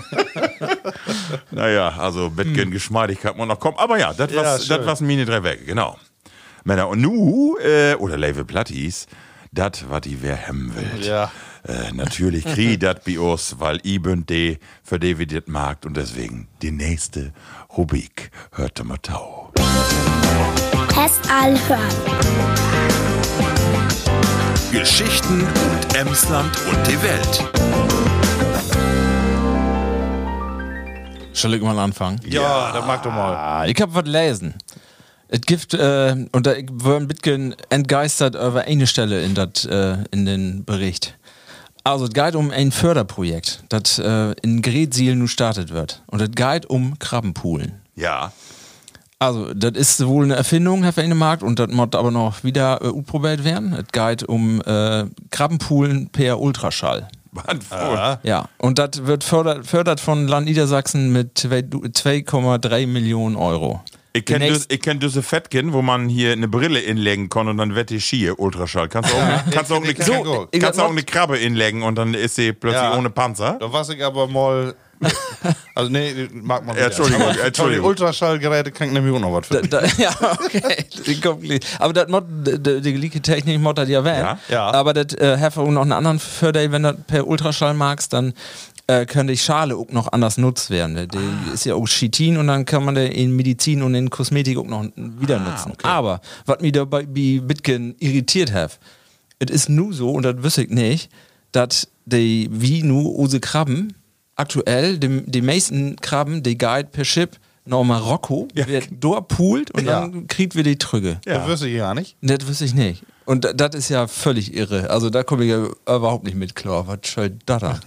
Naja, also bisschen Geschmeidigkeit muss noch kommen. Aber ja, das Ja, was, schön. das was meine drei Wege, genau. Männer, und nu, äh, oder Label Platties, das, was die wer hemmen will. Ja. Äh, natürlich krieg das bei uns, weil ich bin die, für die wir das mag und deswegen die nächste Rubrik. Hört mal Tau. Test all hören. Geschichten und Emsland und die Welt. Soll ich mal anfangen? Ja, dann mach doch mal. Ah, ich hab was lesen. Es gibt, äh, und da ich war ein bisschen entgeistert über eine Stelle in, dat, äh, in den Bericht. Also, es geht um ein Förderprojekt, das äh, in Gretsiel nun startet wird. Und es geht um Krabbenpoolen. Ja. Also, das ist wohl eine Erfindung, Herr Markt, und das muss aber noch wieder äh, probiert werden. Es geht um äh, Krabbenpoolen per Ultraschall. Ah. Ja, und das wird fördert, fördert von Land Niedersachsen mit zwei Komma drei Millionen Euro. Ich kenne Demnächst- das, ich kenn diese Fettkin, wo man hier eine Brille inlegen kann und dann wird die Skier Ultraschall. Kannst du auch, kannst du auch, eine, ich kenn so, ich kannst du hab auch eine Krabbe inlegen und dann ist sie plötzlich Ja. ohne Panzer. Da weiß ich aber mal. Also, nee, mag man Ja, Entschuldigung, Aber Entschuldigung. Die Ultraschallgeräte kann ich nämlich auch noch was für. Da, da, ja, okay. Die kommt- Aber das Mod, die, die gleiche Technik mod das ja werden. Ja, ja. Aber das äh, hat auch noch einen anderen Förder, wenn du per Ultraschall magst, dann äh, kann die Schale auch noch anders nutzt werden. Die Ah. ist ja auch Chitin und dann kann man die in Medizin und in Kosmetik auch noch wieder Ah, nutzen. Aber was mich dabei bei Bitcoin irritiert hat, es ist nur so, und das wüsste ich nicht, dass die wie nur unsere Krabben aktuell, die, die meisten Krabben, die Guide per Ship nach Marokko, wird dort poolt und Ja. dann kriegt wir die Trüge. Das wüsste ich gar nicht. Das wüsste ich nicht. Und da- das ist ja völlig irre. Also da komme ich ja überhaupt nicht mit klar. Was soll das da?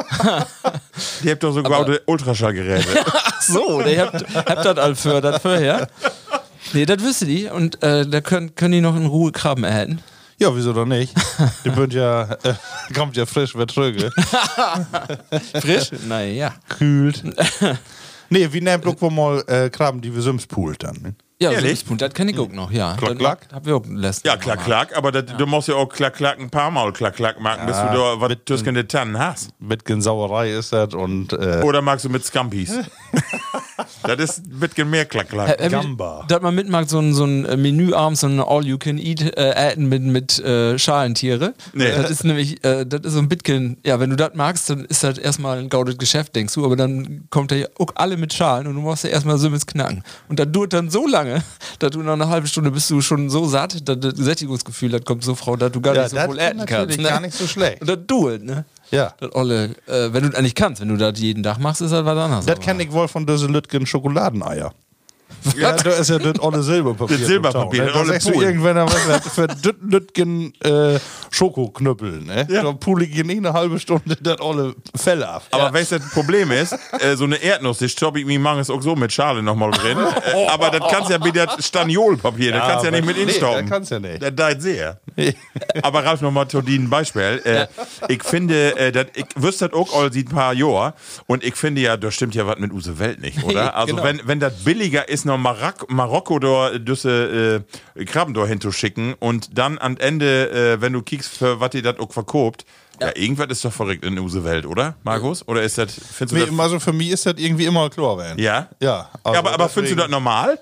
Die habt doch so gebaute Ultraschallgeräte. Ach so, der habt, habt das all für das vorher. Nee, das wüsste die. Und äh, da können, können die noch in Ruhe Krabben erhalten. Ja, wieso doch nicht? Die bünd ja, äh, kommt ja frisch mit Trüge. Frisch? Naja. Kühlt. Nee, wie nennt bloß mal äh, Krabben, die wir Sims poolt dann. Ne? Ja, Ehrlich? so, das kenne ich auch noch, ja. Klack, klack? Das hab ich auch letztes Ja, Mal klack, gemacht. klack, aber das, du musst ja auch klack, klack ein paar Mal klack, klack machen, bis du da was zwischen den Tannen hast. Mit Sauerei ist das und äh, Oder magst du mit Scampis? Das ist ein bisschen mehr klack, klack. Äh, Gamba. Dass man mitmacht, so ein, so ein äh, Menü abends, so ein All-You-Can-Eat-Äten mit, mit äh, Schalentiere. Nee. Das ist nämlich, äh, das ist so ein Bitcoin, ja, wenn du das magst, dann ist das erstmal ein gaudes Geschäft, denkst du, aber dann kommt da ja auch alle mit Schalen und du musst ja erstmal Simmels knacken. Und das dauert dann so lange, dass du nach einer halben Stunde bist du schon so satt, dass das Sättigungsgefühl, das kommt so, Frau, dass du gar ja, nicht so das wohl ist äten natürlich kannst. Ne? gar nicht so schlecht. Und das dauert, ne? Ja. Das olle, äh, wenn du das eigentlich kannst, wenn du das jeden Tag machst, ist das was anderes. Das aber- kenne ich wohl von diesen Lütgen Schokoladeneier. Ja, da ist ja das olle Silberpapier. Das Silberpapier, Da das olle sagst du Pool. irgendwann was hat für das Lütgen äh, Schokoknüppel, ne? Ja. Da pule ich nicht eine halbe Stunde das olle Fell ab. Aber weißt du, das Problem ist, äh, so eine Erdnuss, die stopp ich mir manches auch so mit Schale nochmal drin. Äh, aber das kannst ja wieder Staniolpapier, das kannst ja nicht mit nee, instauben. das kannst ja nicht. Das deit sehr. Aber Ralf, nochmal zu diesem Beispiel. Äh, ich finde, äh, dat, ich wüsste das auch all seit ein paar Jahren. Und ich finde ja, da stimmt ja was mit Use Welt nicht, oder? Also Genau. wenn, wenn das billiger ist, noch Marok Marokko da düsse äh, Krabben da hinzuschicken und dann am Ende, äh, wenn du kiekst, für was die das auch verkauft, ja. irgendwas ist doch verrückt in Use Welt, oder, Markus? Oder ist das, findest du Nee, das... also für mich ist das irgendwie immer klar werden. Ja? Ja. Ja, aber, aber findest du das normal?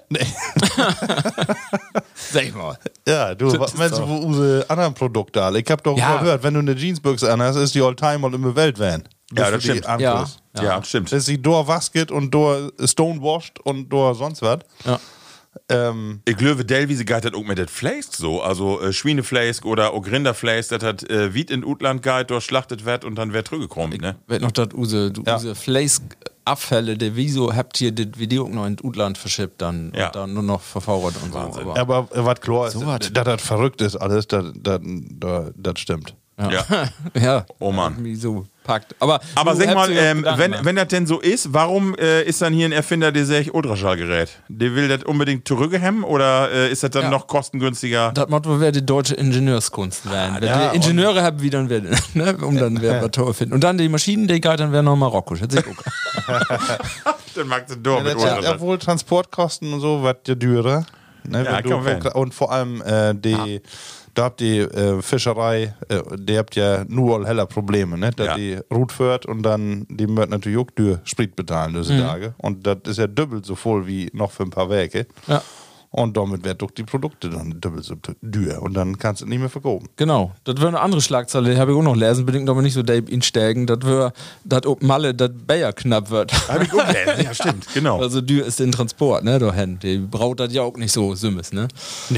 Sag mal. Ja, du, was meinst du, wo unsere anderen Produkte alle? Ich hab doch Ja. mal gehört, wenn du eine Jeansbüchse anhast, ist die All-Time in der Welt van. Ja, das stimmt. Ja. Ja, stimmt. Das ist die Door wasket und Door stonewashed und Door sonst was. Ja. Ähm, Ich glaube, Del, wie sie geht, hat auch mit das Fleisch so. Also äh, Schweinefleisch oder auch Rinderfleisch, das hat äh, Wied in Utland geht, dort schlachtet wird und dann wird zurückgekommen, ne? Wird noch das Use, Ja. Use Fleischabfälle, der wieso habt ihr das Video noch in Utland verschippt dann Ja. und dann nur noch verfauert und Wahnsinn. so. Aber, aber äh, was klar ist, So was. dass das verrückt ist alles, das, das, das, das stimmt. ja. Ja. ja. Oh Mann. Irgendwie so packt. Aber, Aber du sag hast mal, dir ähm, Gedanken wenn, gemacht. wenn das denn so ist, warum äh, ist dann hier ein Erfinder, der sich Ultraschallgerät? Der will das unbedingt zurückhemmen oder äh, ist das dann Ja. noch kostengünstiger? Das Motto wäre die deutsche Ingenieurskunst werden. Wenn ja, wir Ingenieure haben, wie dann werden, ne? um dann werden wir toll finden. Und dann die Maschinen, die geht, dann wäre noch Marokko. Das ist Dann magst du durch Ja, mit das sind Ultraschall. ja wohl Transportkosten und so, was ja dürer. Ne, Ja, wenn du kann werden. guckst- und vor allem äh, die, da habt die äh, Fischerei, äh, die habt ja nur all heller Probleme, ne? Dass Ja. die Rut führt und dann die wird natürlich auch dür Sprit bezahlen diese Mhm. Tage. Und das ist ja doppelt so voll wie noch für ein paar Werke. Ja. Und damit wird doch die Produkte dann doppelt so dür und dann kannst du nicht mehr verkaufen. Genau, das wäre eine andere Schlagzeile, die habe ich auch noch lesen, bedingt aber nicht so Dave ihn stärken, das wäre, dass ob Malle, das Bayer knapp wird. Hab ich auch gelesen. Ja, stimmt, genau. Also dür ist den Transport, ne, dahin. Die braut das ja auch nicht so Sümmes, ne? Nee.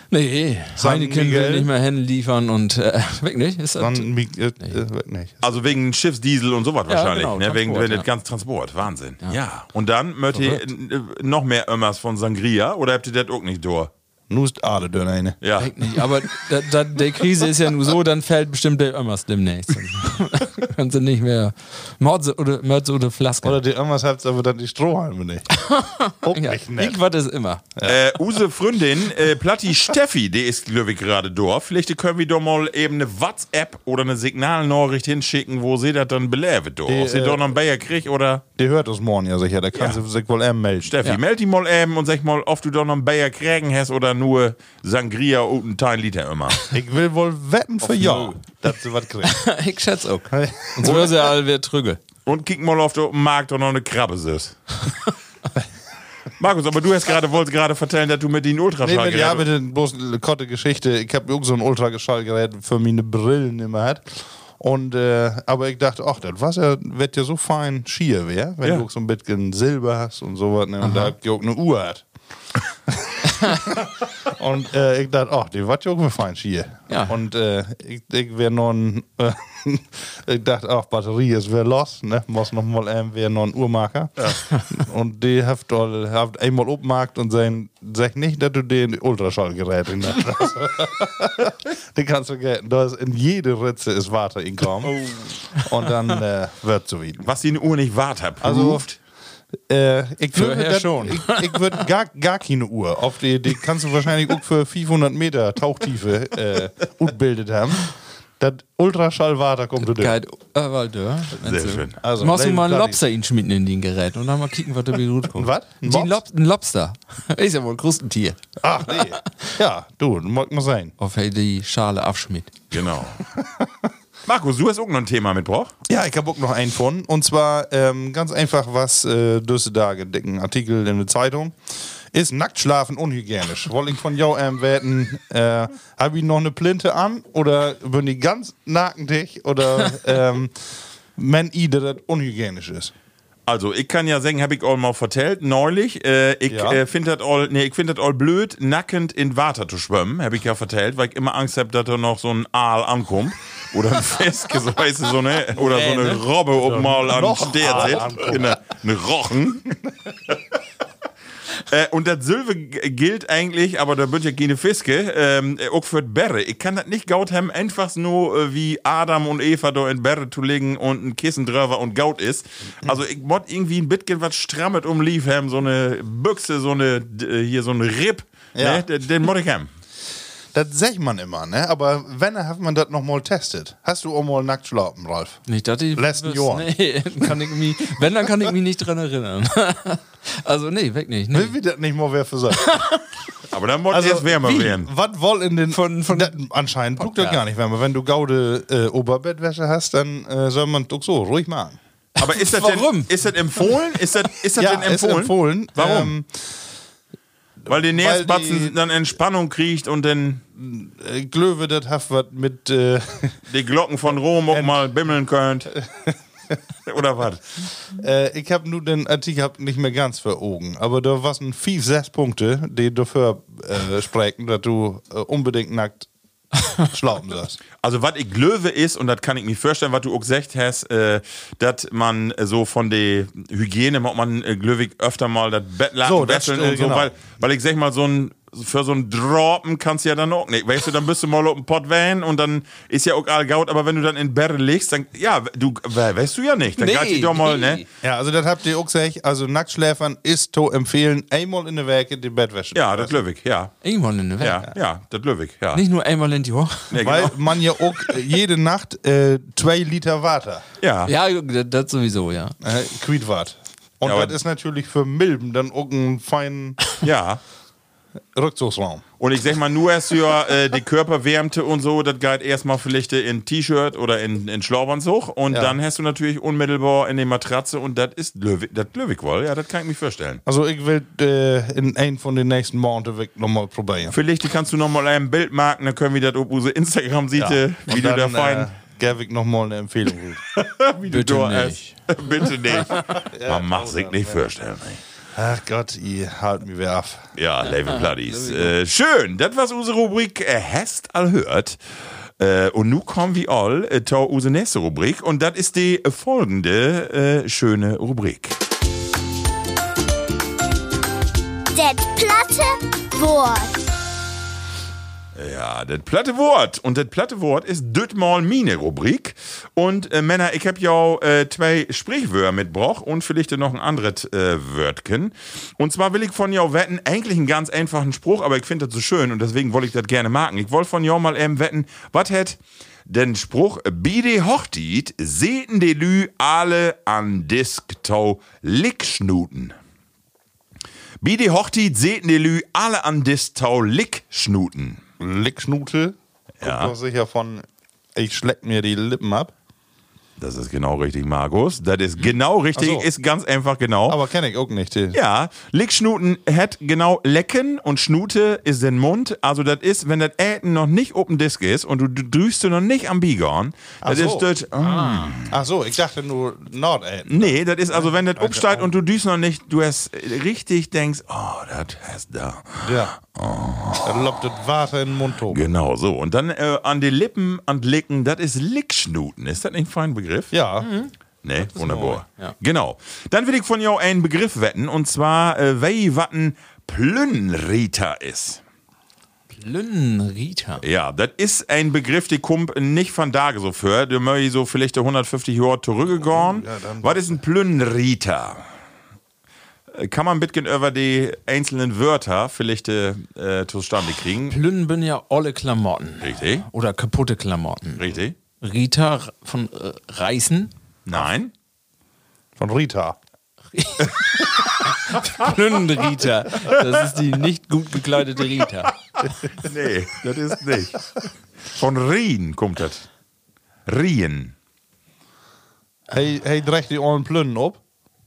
Nee, San Heineken will Miguel? nicht mehr hinliefern und äh, weg nicht. Ist das, Dann, Mi- äh, äh, nicht. Also wegen Schiffsdiesel und sowas Ja, wahrscheinlich, genau, ne? Wegen, Transport, wegen ja. das ganze Transport. Wahnsinn. Ja. Und dann möchte ihr äh, noch mehr Ömmers von Sangria oder habt ihr das auch nicht durch? Nu ist alle dünn eine. Ja. weg nicht. Aber da, da, der Krise ist ja nur so, dann fällt bestimmt der Ömmers demnächst. Dann können sie nicht mehr Mörze oder, Mörze oder Flaske. Oder die irgendwas habt, aber dann die Strohhalme nicht. Auch ja, nicht nett. ich war das immer. Äh, use Freundin, äh, Platti Steffi, die ist, glaube ich, gerade da. Vielleicht können wir doch mal eben eine WhatsApp oder eine Signalnachricht hinschicken, wo sie das dann belebt. Ob sie äh, doch noch einen Bayer kriegt oder. Die hört uns morgen ja sicher, da kann Ja. sie sich wohl eben melden. Steffi, Ja. meld die mal eben und sag mal, ob du doch noch einen Bayer kriegen hast oder nur Sangria und einen Teil Liter immer. Ich will wohl wetten für ja, dass sie was kriegt. Ich schätze auch. Sonst wäre sie alle wieder trüge. Und kick mal auf den Markt und noch eine Krabbe ist. Markus, aber du hast gerade, wolltest gerade vertellen, dass du mit den Nee, Ultraschall mit, ja, mit den bloß eine korte Geschichte. Ich habe irgend so ein Ultraschallgerät für meine Brillen immer hat. Und, äh, aber ich dachte, ach, das Wasser wird ja so fein schier wär, wenn Ja. du auch so ein bisschen Silber hast und sowas. Ne? Und da auch eine Uhr hat. Und äh, ich dachte, ach, die wird ja auch mal fein schier. Ja. Und äh, ich, ich wäre noch ein, äh, ich dachte, ach, Batterie ist wieder los, ne? Muss noch mal ähm, wäre noch ein Uhrmarker. Und die habt all, habt einmal aufgemacht und sagen, sag nicht, dass du den Ultraschallgerät in der hast. Den kannst du vergessen. Da ist in jede Ritze ist Water inkommen. Und dann äh, wird so wieder. Was die Uhr nicht wart hat. Also, Äh, ich Vorher würde schon. Ich, ich würde gar, gar keine Uhr. Auf die, die kannst du wahrscheinlich auch für fünfhundert Meter Tauchtiefe äh, ausgebildet haben. Das Ultraschallwater kommt da drin. Geil, äh, weil da. Sehr schön. Also, Machst du mal einen Bloody- Lobster ihn schmieden in den Gerät und dann mal kicken, was da wieder gut kommt. Was? Ein Ein, Mops? Lob ein Lobster. Ist ja wohl ein Krustentier. Ach nee. Ja, du, mag mal sein. Auf er die Schale abschmied. Genau. Markus, du hast auch noch ein Thema mitgebracht. Ja, ich habe auch noch einen von. Und zwar ähm, ganz einfach, was äh, diese Tage dicken Artikel in der Zeitung. Ist Nacktschlafen unhygienisch? Wollte ich von jou ähm, wetten, äh, habe ich noch eine Plinte an oder bin ich ganz nackig oder ähm, men i, dass das unhygienisch ist? Also, ich kann ja sagen, habe ich all mal vertellt, neulich. Äh, ich Ja. äh, finde das all, nee, ich finde das all blöd, nackend in Water zu schwimmen, habe ich ja vertellt, weil ich immer Angst habe, dass da noch so ein Aal ankommt. Oder ein Fisk, so weißt du, so eine, oder so eine Robbe oben mal an den Steher sitzt. Eine, eine Rochen. Äh, und das Silve g- gilt eigentlich, aber da wird ja keine Fiske, ähm, auch für die Bärre. Ich kann das nicht gaut haben, einfach nur äh, wie Adam und Eva da in Bärre zu legen und ein Kissen drüber und gaut ist. Also ich mod irgendwie ein bisschen was strammet um Lief haben, so eine Büchse, so eine, d- hier so eine Rip, Ja. ne? Den, den mod ich haben. Das sagt man immer, ne? Aber wenn, hat man das noch mal testet. Hast du auch mal nackt schlafen, Ralf? Nicht, dass ich. Letzten wüs- Jahr. Nee, kann ich mich, wenn, dann kann ich mich nicht dran erinnern. Also, nee, weg nicht. Nee. Will wir das nicht mal wer für sagen? Aber dann mod Also, erst wärmer wie? werden. Was woll in den. Von- von- das, anscheinend tut das Podcast. gar nicht wärmer. Wenn du gaude äh, Oberbettwäsche hast, dann äh, soll man doch so ruhig machen. Aber ist das Warum? denn, ist das empfohlen? Ist das, ist das Ja, denn ist empfohlen? empfohlen. Warum? Ähm, Weil die Nähersbatzen die- dann Entspannung kriegt und dann äh, Glöwe, das hat was mit. Äh, die Glocken von Rom auch mal bimmeln könnt. Oder was? äh, ich habe nur den Artikel hab nicht mehr ganz vor Augen. Aber da waren fünf, sechs Punkte, die dafür äh, sprechen, dass du äh, unbedingt nackt schlafen sollst. Also, was ich Glöwe ist, und das kann ich mir vorstellen, was du auch gesagt hast, äh, dass man äh, so von der Hygiene, macht man äh, Glöwig öfter mal das Bettlaken So, das, wechseln äh, und so, genau. weil, weil ich sag mal, so ein für so einen Droppen kannst du ja dann auch nicht. Weißt du, dann bist du mal auf dem Pott van und dann ist ja auch all gaut, aber wenn du dann in Berre legst, dann, ja, du, we- weißt du ja nicht. Dann Nee, geht die doch mal, nee. ne? Ja, also das habt ihr auch gesagt. Also Nacktschläfern ist zu empfehlen, einmal in der Woche die Bettwäsche. Ja, das Löwig, ja. Irgendwann in der Welt. Ja, ja, das Löwig, ja. Nicht nur einmal in die Woche. Ja, Weil genau. man ja auch äh, jede Nacht äh, zwei Liter Water Ja. Ja, das das sowieso, ja. äh, quietwart. Und Ja, aber- das ist natürlich für Milben dann auch ein feinen ja. Rückzugsraum. Und ich sag mal, nur erst für äh, die Körperwärmte und so, das geht erstmal vielleicht in T-Shirt oder in, in Schlaubanzug und Ja. dann hast du natürlich unmittelbar in die Matratze und das ist Löwig, das Löwig wohl, ja, das kann ich mir vorstellen. Also ich will äh, in einem von den nächsten Monaten weg nochmal probieren. Vielleicht kannst du nochmal ein Bild machen, dann können wir das auf unsere Instagram-Seite, wie Und du da dann, fein, äh, gebe ich nochmal eine Empfehlung. wie du bitte da nicht. hast. Bitte nicht. Man macht sich nicht vorstellen. Ey. Ach Gott, ihr halt mich wieder ab. Ja, Level Bloodies. Äh, schön, das was unsere Rubrik äh, Hast all hört. Äh, und nun kommen wir all äh, zu unserer nächsten Rubrik. Und das ist die äh, folgende äh, schöne Rubrik. Das platte Wort. Ja, das platte Wort. Und das platte Wort ist dütmal meine Rubrik. Und äh, Männer, ich hab ja äh, zwei Sprichwörter mitgebracht und vielleicht noch ein anderes äh, Wörtchen. Und zwar will ich von jou wetten, eigentlich einen ganz einfachen Spruch, aber ich finde das so schön und deswegen wollte ich das gerne machen. Ich wollte von jou mal eben wetten, was hätt den Spruch, bi de Hochtit sehten de Lü alle an Disktau Lickschnuten. Bi de Hochtit sehten de Lü alle an Disktau Lickschnuten. Lickschnute. Ja. Kommt doch sicher von, ich schleck mir die Lippen ab. Das ist genau richtig, Markus. Das ist genau richtig, Ach so. ist ganz einfach genau. Aber kenne ich auch nicht. Die. Ja, Lickschnuten hat genau Lecken und Schnute ist den Mund. Also das ist, wenn das Äten noch nicht open Disk ist und du drüchst du noch nicht am Bigorn, das so. ist das, mm. Ach so, ich dachte nur Nordäten. Nee, das ist also, wenn das absteigt und du düst noch nicht, du hast richtig denkst, oh, das hast da. Ja. Dann lobt das Wasser in den Mund hoch. Genau so. Und dann äh, an die Lippen und Licken, das ist Lickschnuten. Ist das nicht ein feiner Begriff? Ja. Ne, wunderbar. Ja. Genau. Dann will ich von jou einen Begriff wetten, und zwar, äh, wei watten Plünnriter ist. Plünnriter. Ja, das ist ein Begriff, der kommt nicht von da so für. Der möchte so vielleicht hundertfünfzig Jahre zurückgegangen. Ja, dann- Was ist ein Plünnriter? Kann man ein bisschen über die einzelnen Wörter vielleicht äh, zustande kriegen? Plünn bin ja olle Klamotten. Richtig. Oder kaputte Klamotten. Richtig? Rita von äh, Reißen. Nein? Von Rita. Plünnrita. Das ist die nicht gut gekleidete Rita. Nee, das ist nicht. Von Rien kommt das. Rien. Hey, hey, dreht die ollen Plünnen ab?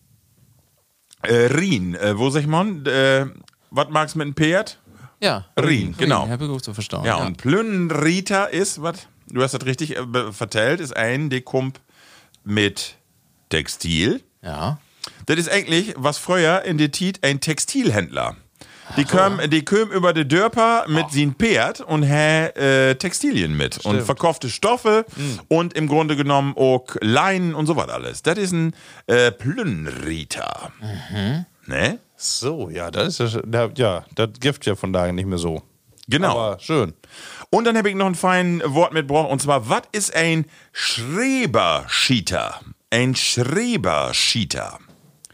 Äh, Rien, äh, wo sag man? Äh, was magst du mit dem Pferd? Ja. Rien, genau. Habe ich gut so verstanden. Ja, und Plünnriter ist, was? Du hast das richtig äh, be- vertellt, ist ein, der kommt mit Textil. Ja. Das ist eigentlich, was früher in der Tit ein Textilhändler. Die kommen die kommen über die Dörper mit sin Pferd und hä äh, Textilien mit und verkaufte Stoffe und im Grunde genommen auch Leinen und so was alles. Das ist ein äh, Plünnriter. Ne? So, ja, das ist ja, ja, das gibt ja von daher nicht mehr so. Genau. Aber schön. Und dann habe ich noch ein feines Wort mitgebracht, und zwar, was ist ein Schreberschieter? Ein Schreberschieter.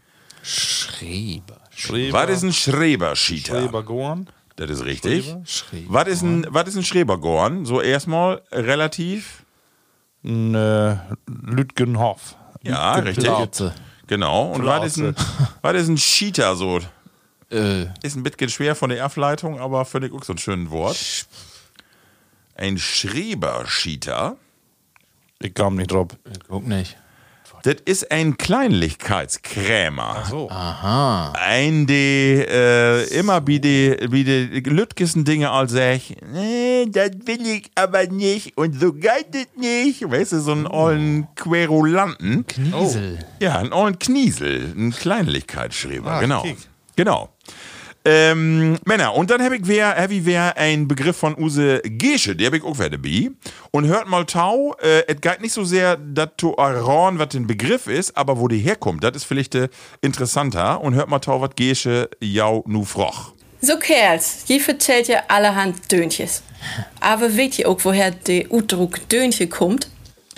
Schreber. Schreber, Was ist ein Schreberschieter? Schrebergorn. Das ist richtig. Schreber? Schreber. Was ist ein, was ist ein Schrebergorn? So erstmal relativ. Ein äh, Lütgenhoff. Ja, richtig. Plauze. Genau. Und was ist ein, was ist ein Cheater so? Äh, Ist ein bisschen schwer von der Ableitung, aber finde ich auch so ein schönes Wort. Ein Schreberschieter. Ich kam nicht drauf. guck nicht. Das ist ein Kleinlichkeitskrämer. So. Ein, der äh, immer wie die, wie die Lütgesten Dinge all sagt, nee, das will ich aber nicht und so geht das nicht. Weißt du, so einen ollen Querulanten. Kniesel. Ja, einen ollen Kniesel, ein Kleinlichkeitsschreiber, Ah, genau. kick. Genau. Ähm, Männer, und dann habe ich wer, hab ich wer ein Begriff von Use Gesche, die habe ich auch wieder dabei. Und hört mal tau, äh, es geht nicht so sehr, dass du erraten, was den Begriff ist, aber wo die herkommt, das ist vielleicht äh, interessanter. Und hört mal tau, was Gesche jau nu froch. So Kerls, je vertelt ja allerhand Deuntjes. Aber weet je ook woher der Udruck Deuntje kommt?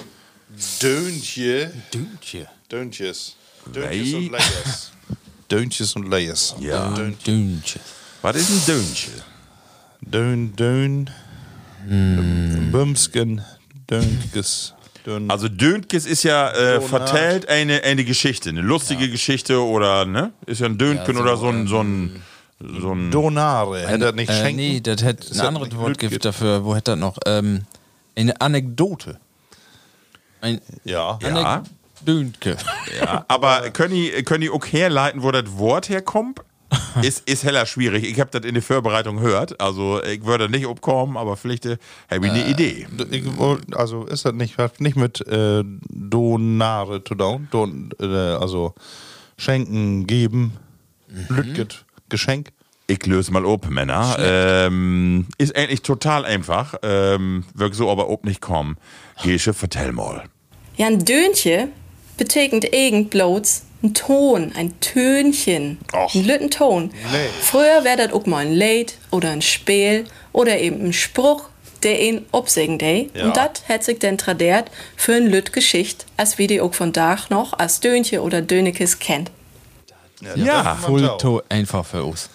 Döntje. Dünntje. Döntjes. Döntjes Wei. und Layers. Döntjes und Layers. Ja. Dünntje. Was ist ein Dönche? Dön, Dön. Hm. Bümsken. Döntges. Dön. Also Döntges ist ja äh, Donat. vertellt eine, eine Geschichte, eine lustige Geschichte oder, ne? Ist ja ein Döntgen Ja, so, oder so ein, so ein, so ein Donare. Hätte er nicht Äh, schenken? nee, das hätte ein das anderes nicht Wort Lütge? gibt dafür. Wo hätte das noch? Ähm, eine Anekdote. Ein Ja. Ja. Döntke. Ja, aber können die, können die auch herleiten, wo das Wort herkommt? ist, ist heller schwierig. Ich habe das in der Vorbereitung gehört. Also ich würde nicht abkommen, aber vielleicht äh, habe ich eine Idee. Ich, woll- also ist das nicht, hat nicht mit äh, Donare zu tun? Don, äh, also schenken, geben. Mhm. Lütget Geschenk. Ich löse mal ob, Männer. Ähm, ist eigentlich total einfach. Ähm, wirkt so aber ob nicht kommen. Gesche, vertell mal. Ja, ein Döntje betekent irgend bloß ein Ton, ein Tönchen, Och. ein lütten Ton. Nee. Früher wäre das auch mal ein Lied oder ein Spiel oder eben ein Spruch, der ihn obsingen day. Ja. Und das hat sich dann tradiert für ein lütt Geschicht, als wie die auch von Dach noch als Döntje oder Dönekes kennt. Ja, Voll to einfach für uns.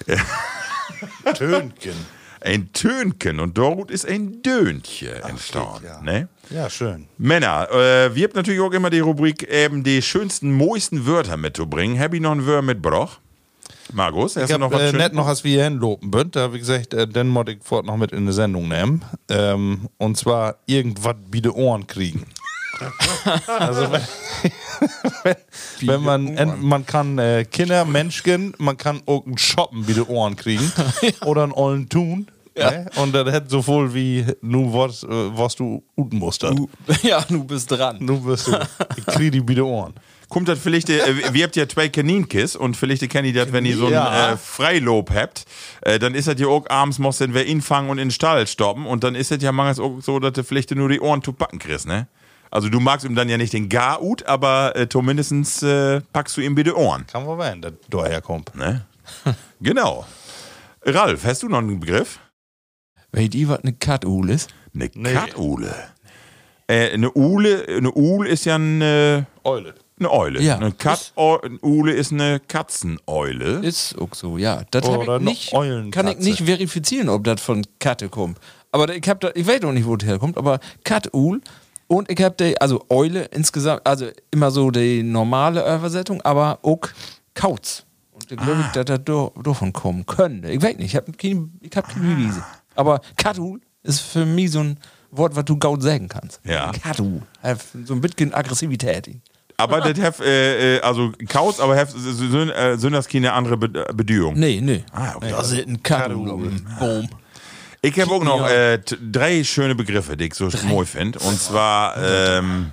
Tönken. ein Tönchen und dort ist ein Döntje entstanden. ja. Ne? Ja, schön. Männer, äh, wir habt natürlich auch immer die Rubrik eben die schönsten, mooisten Wörter mitzubringen. Hab ich noch ein Wörter mitgebracht? Markus, hast Ich du noch hab was äh, schön? net noch, als wir hier hinlopen bünd, da habe ich gesagt, äh, den muss ich fort noch mit in die Sendung nehmen. Ähm, und zwar irgendwas wie die Ohren kriegen. Also wenn, wenn, wenn man, ent, man kann äh, Kinder, Menschen, man kann auch ein Shoppen wie die Ohren kriegen oder einen ollen tun. Ja. Ne? Und das hätte so wohl wie, nu was, äh, was du uten musst. Du, ja, du bist dran. Nu wirst du, ich krieg die wie die Ohren. Kommt das vielleicht, äh, wir habt ja zwei Kaninkis und vielleicht kennt ihr das, wenn ihr so ein Ja. äh, Freilob habt, äh, dann ist das ja auch abends, muss dann wer ihn fangen und in den Stall stoppen und dann ist das ja manchmal auch so, dass du vielleicht nur die Ohren zu packen kriegst, ne? Also du magst ihm dann ja nicht den Gar-Ut, aber äh, zumindest äh, packst du ihm bitte Ohren, Kann man werden, dass daher kommt. ne? Genau. Ralf, hast du noch einen Begriff? Weißt ihr, was eine Kattul ist? Eine Katule. Äh, eine Ule, eine Ule ist ja eine, Eule. eine Eule. Ja. Eine Kat eine Ule ist eine Katzeneule. Ist auch so, ja. Das Oder hab ich eine nicht, Eulenkatze. kann ich nicht verifizieren, ob das von Katte kommt. Aber ich hab da, ich weiß auch nicht, wo das herkommt, aber Katul und ich hab die, also Eule insgesamt, also immer so die normale Übersetzung, aber auch Kauz. Und ich glaube, dass das do- davon kommen könnte. Ich weiß nicht, ich hab keine, ich hab keine Beweise. Aber Katul ist für mich so ein Wort, was du gaut sagen kannst. Ja. Katul. Hat so ein bisschen Aggressivität. Aber das hef, äh, äh, also Kauz, aber hef, sind äh, sind das keine andere Be Bedeutung? Nee, nee. Ah, okay. Das ist ein Katul. Boom. Ich habe auch noch äh, t- drei schöne Begriffe, die ich so schmoy finde. Und zwar, ähm,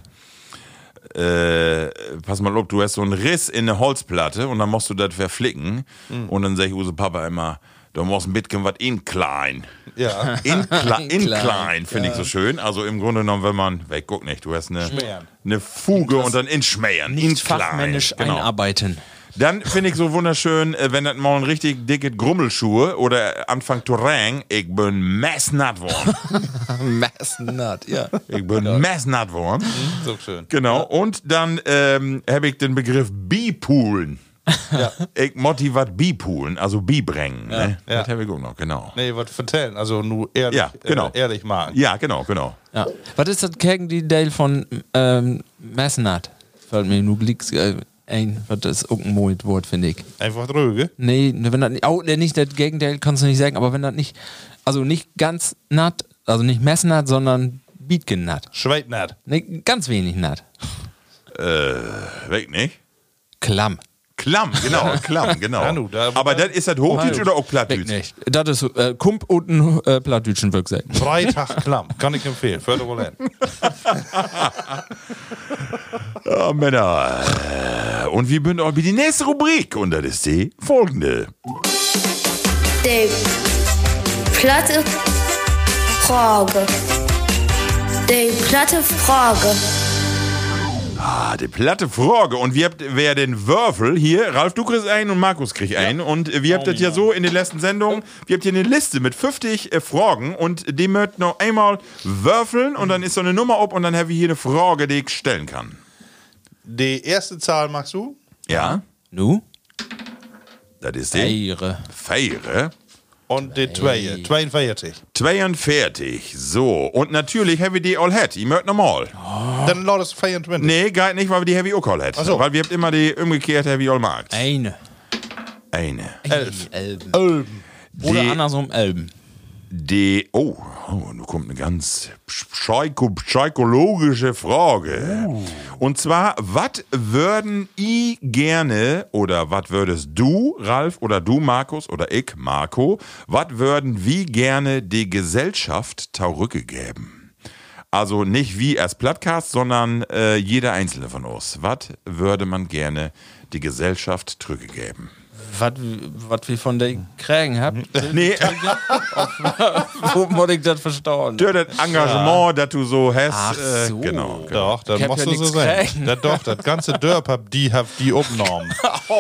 äh, pass mal auf, du hast so einen Riss in eine Holzplatte und dann musst du das verflicken. Und dann sag ich Use Papa immer, du musst ein bisschen was in klein. Ja. In, kle in Klein, klein, finde ich so schön. Also im Grunde genommen, wenn man, weg, guck nicht, du hast eine, Schmähern. eine Fuge und dann in Schmähern. In Nicht fachmännisch klein. Genau. einarbeiten. Dann finde ich so wunderschön, äh, wenn das mal ein richtig dicke Grummelschuhe oder anfängt zu regnen, ich bin messnatt worden. Messnut, ja. Ich bin messnatt worden. So schön. Genau. Und dann ähm, habe ich den Begriff Bipoolen. Ja. Ich motti wat Bipoolen, also Bibrengen. Ne? Ja. Das habe ich auch noch, genau. Nee, was vertellen, also nur ehrlich, Ja, genau. äh, ehrlich machen. Ja, genau, genau. Ja. Was ist das Gegenteil von ähm, Messnut? Fällt mir nur glicks äh, ein, was das ist auch ein mooies Wort, finde ich. Einfach dröge. Nee, wenn das nicht, auch nicht das Gegenteil kannst du nicht sagen, aber wenn das nicht, also nicht ganz natt, also nicht Messnut, sondern Bietgenut. Schweitnat. Nee, ganz wenig natt. Weg nicht? Klamm. Klamm, genau, Klamm, genau. Ja, nu, da- Aber das ist das Hochdeutsch oder auch Weg Plattdeutsch? nicht. Das ist äh, Kump und ein äh, Plattdütschen würde ich sagen. Freitag klamm. Kann ich empfehlen. Förder wohl hin. Ja, Männer. Äh, Und wir bünden auch wie die nächste Rubrik und das ist die folgende. Die platte Frage. Die platte Frage. Ah, die platte Frage. Und wir habt wer den Würfel hier, Ralf, du kriegst einen und Markus kriegt einen. Und wir habt das ja so in den letzten Sendungen, wir habt hier eine Liste mit fünfzig äh, Fragen und die möchten noch einmal würfeln und dann ist so eine Nummer ab und dann haben wir hier eine Frage, die ich stellen kann. Die erste Zahl magst du? Ja, Nu? das ist die Ehre. Feiere. Und die zwei. zweiundvierzig. zweiundvierzig. So, und natürlich haben wir die all hat. Ihr mögt nochmal. Dann laut es vierundzwanzig. Nee, geht nicht, weil wir die Heavy auch all hat. Ach so. Weil wir habt immer die umgekehrte Heavy all markt. Eine. Eine. Elf. Elben. Elben. Oder Die- andersrum Elben. Die, oh, oh, nun kommt eine ganz psycho psychologische Frage. Und zwar, was würden I gerne, oder was würdest du, Ralf, oder du, Markus, oder ich, Marco, was würden wie gerne die Gesellschaft Taurücke geben? Also nicht wie als Podcast, sondern äh, jeder einzelne von uns. Was würde man gerne die Gesellschaft Trücke geben? was wir von der kriegen haben. Nee, Wo muss ich das verstauen? durch das Engagement, das du so hast. Ach äh, so. Genau. genau. Doch, das Ich hab musst ja du so nix sein. kriegen. Das doch, das ganze Dörp hab die, hab die aufgenommen.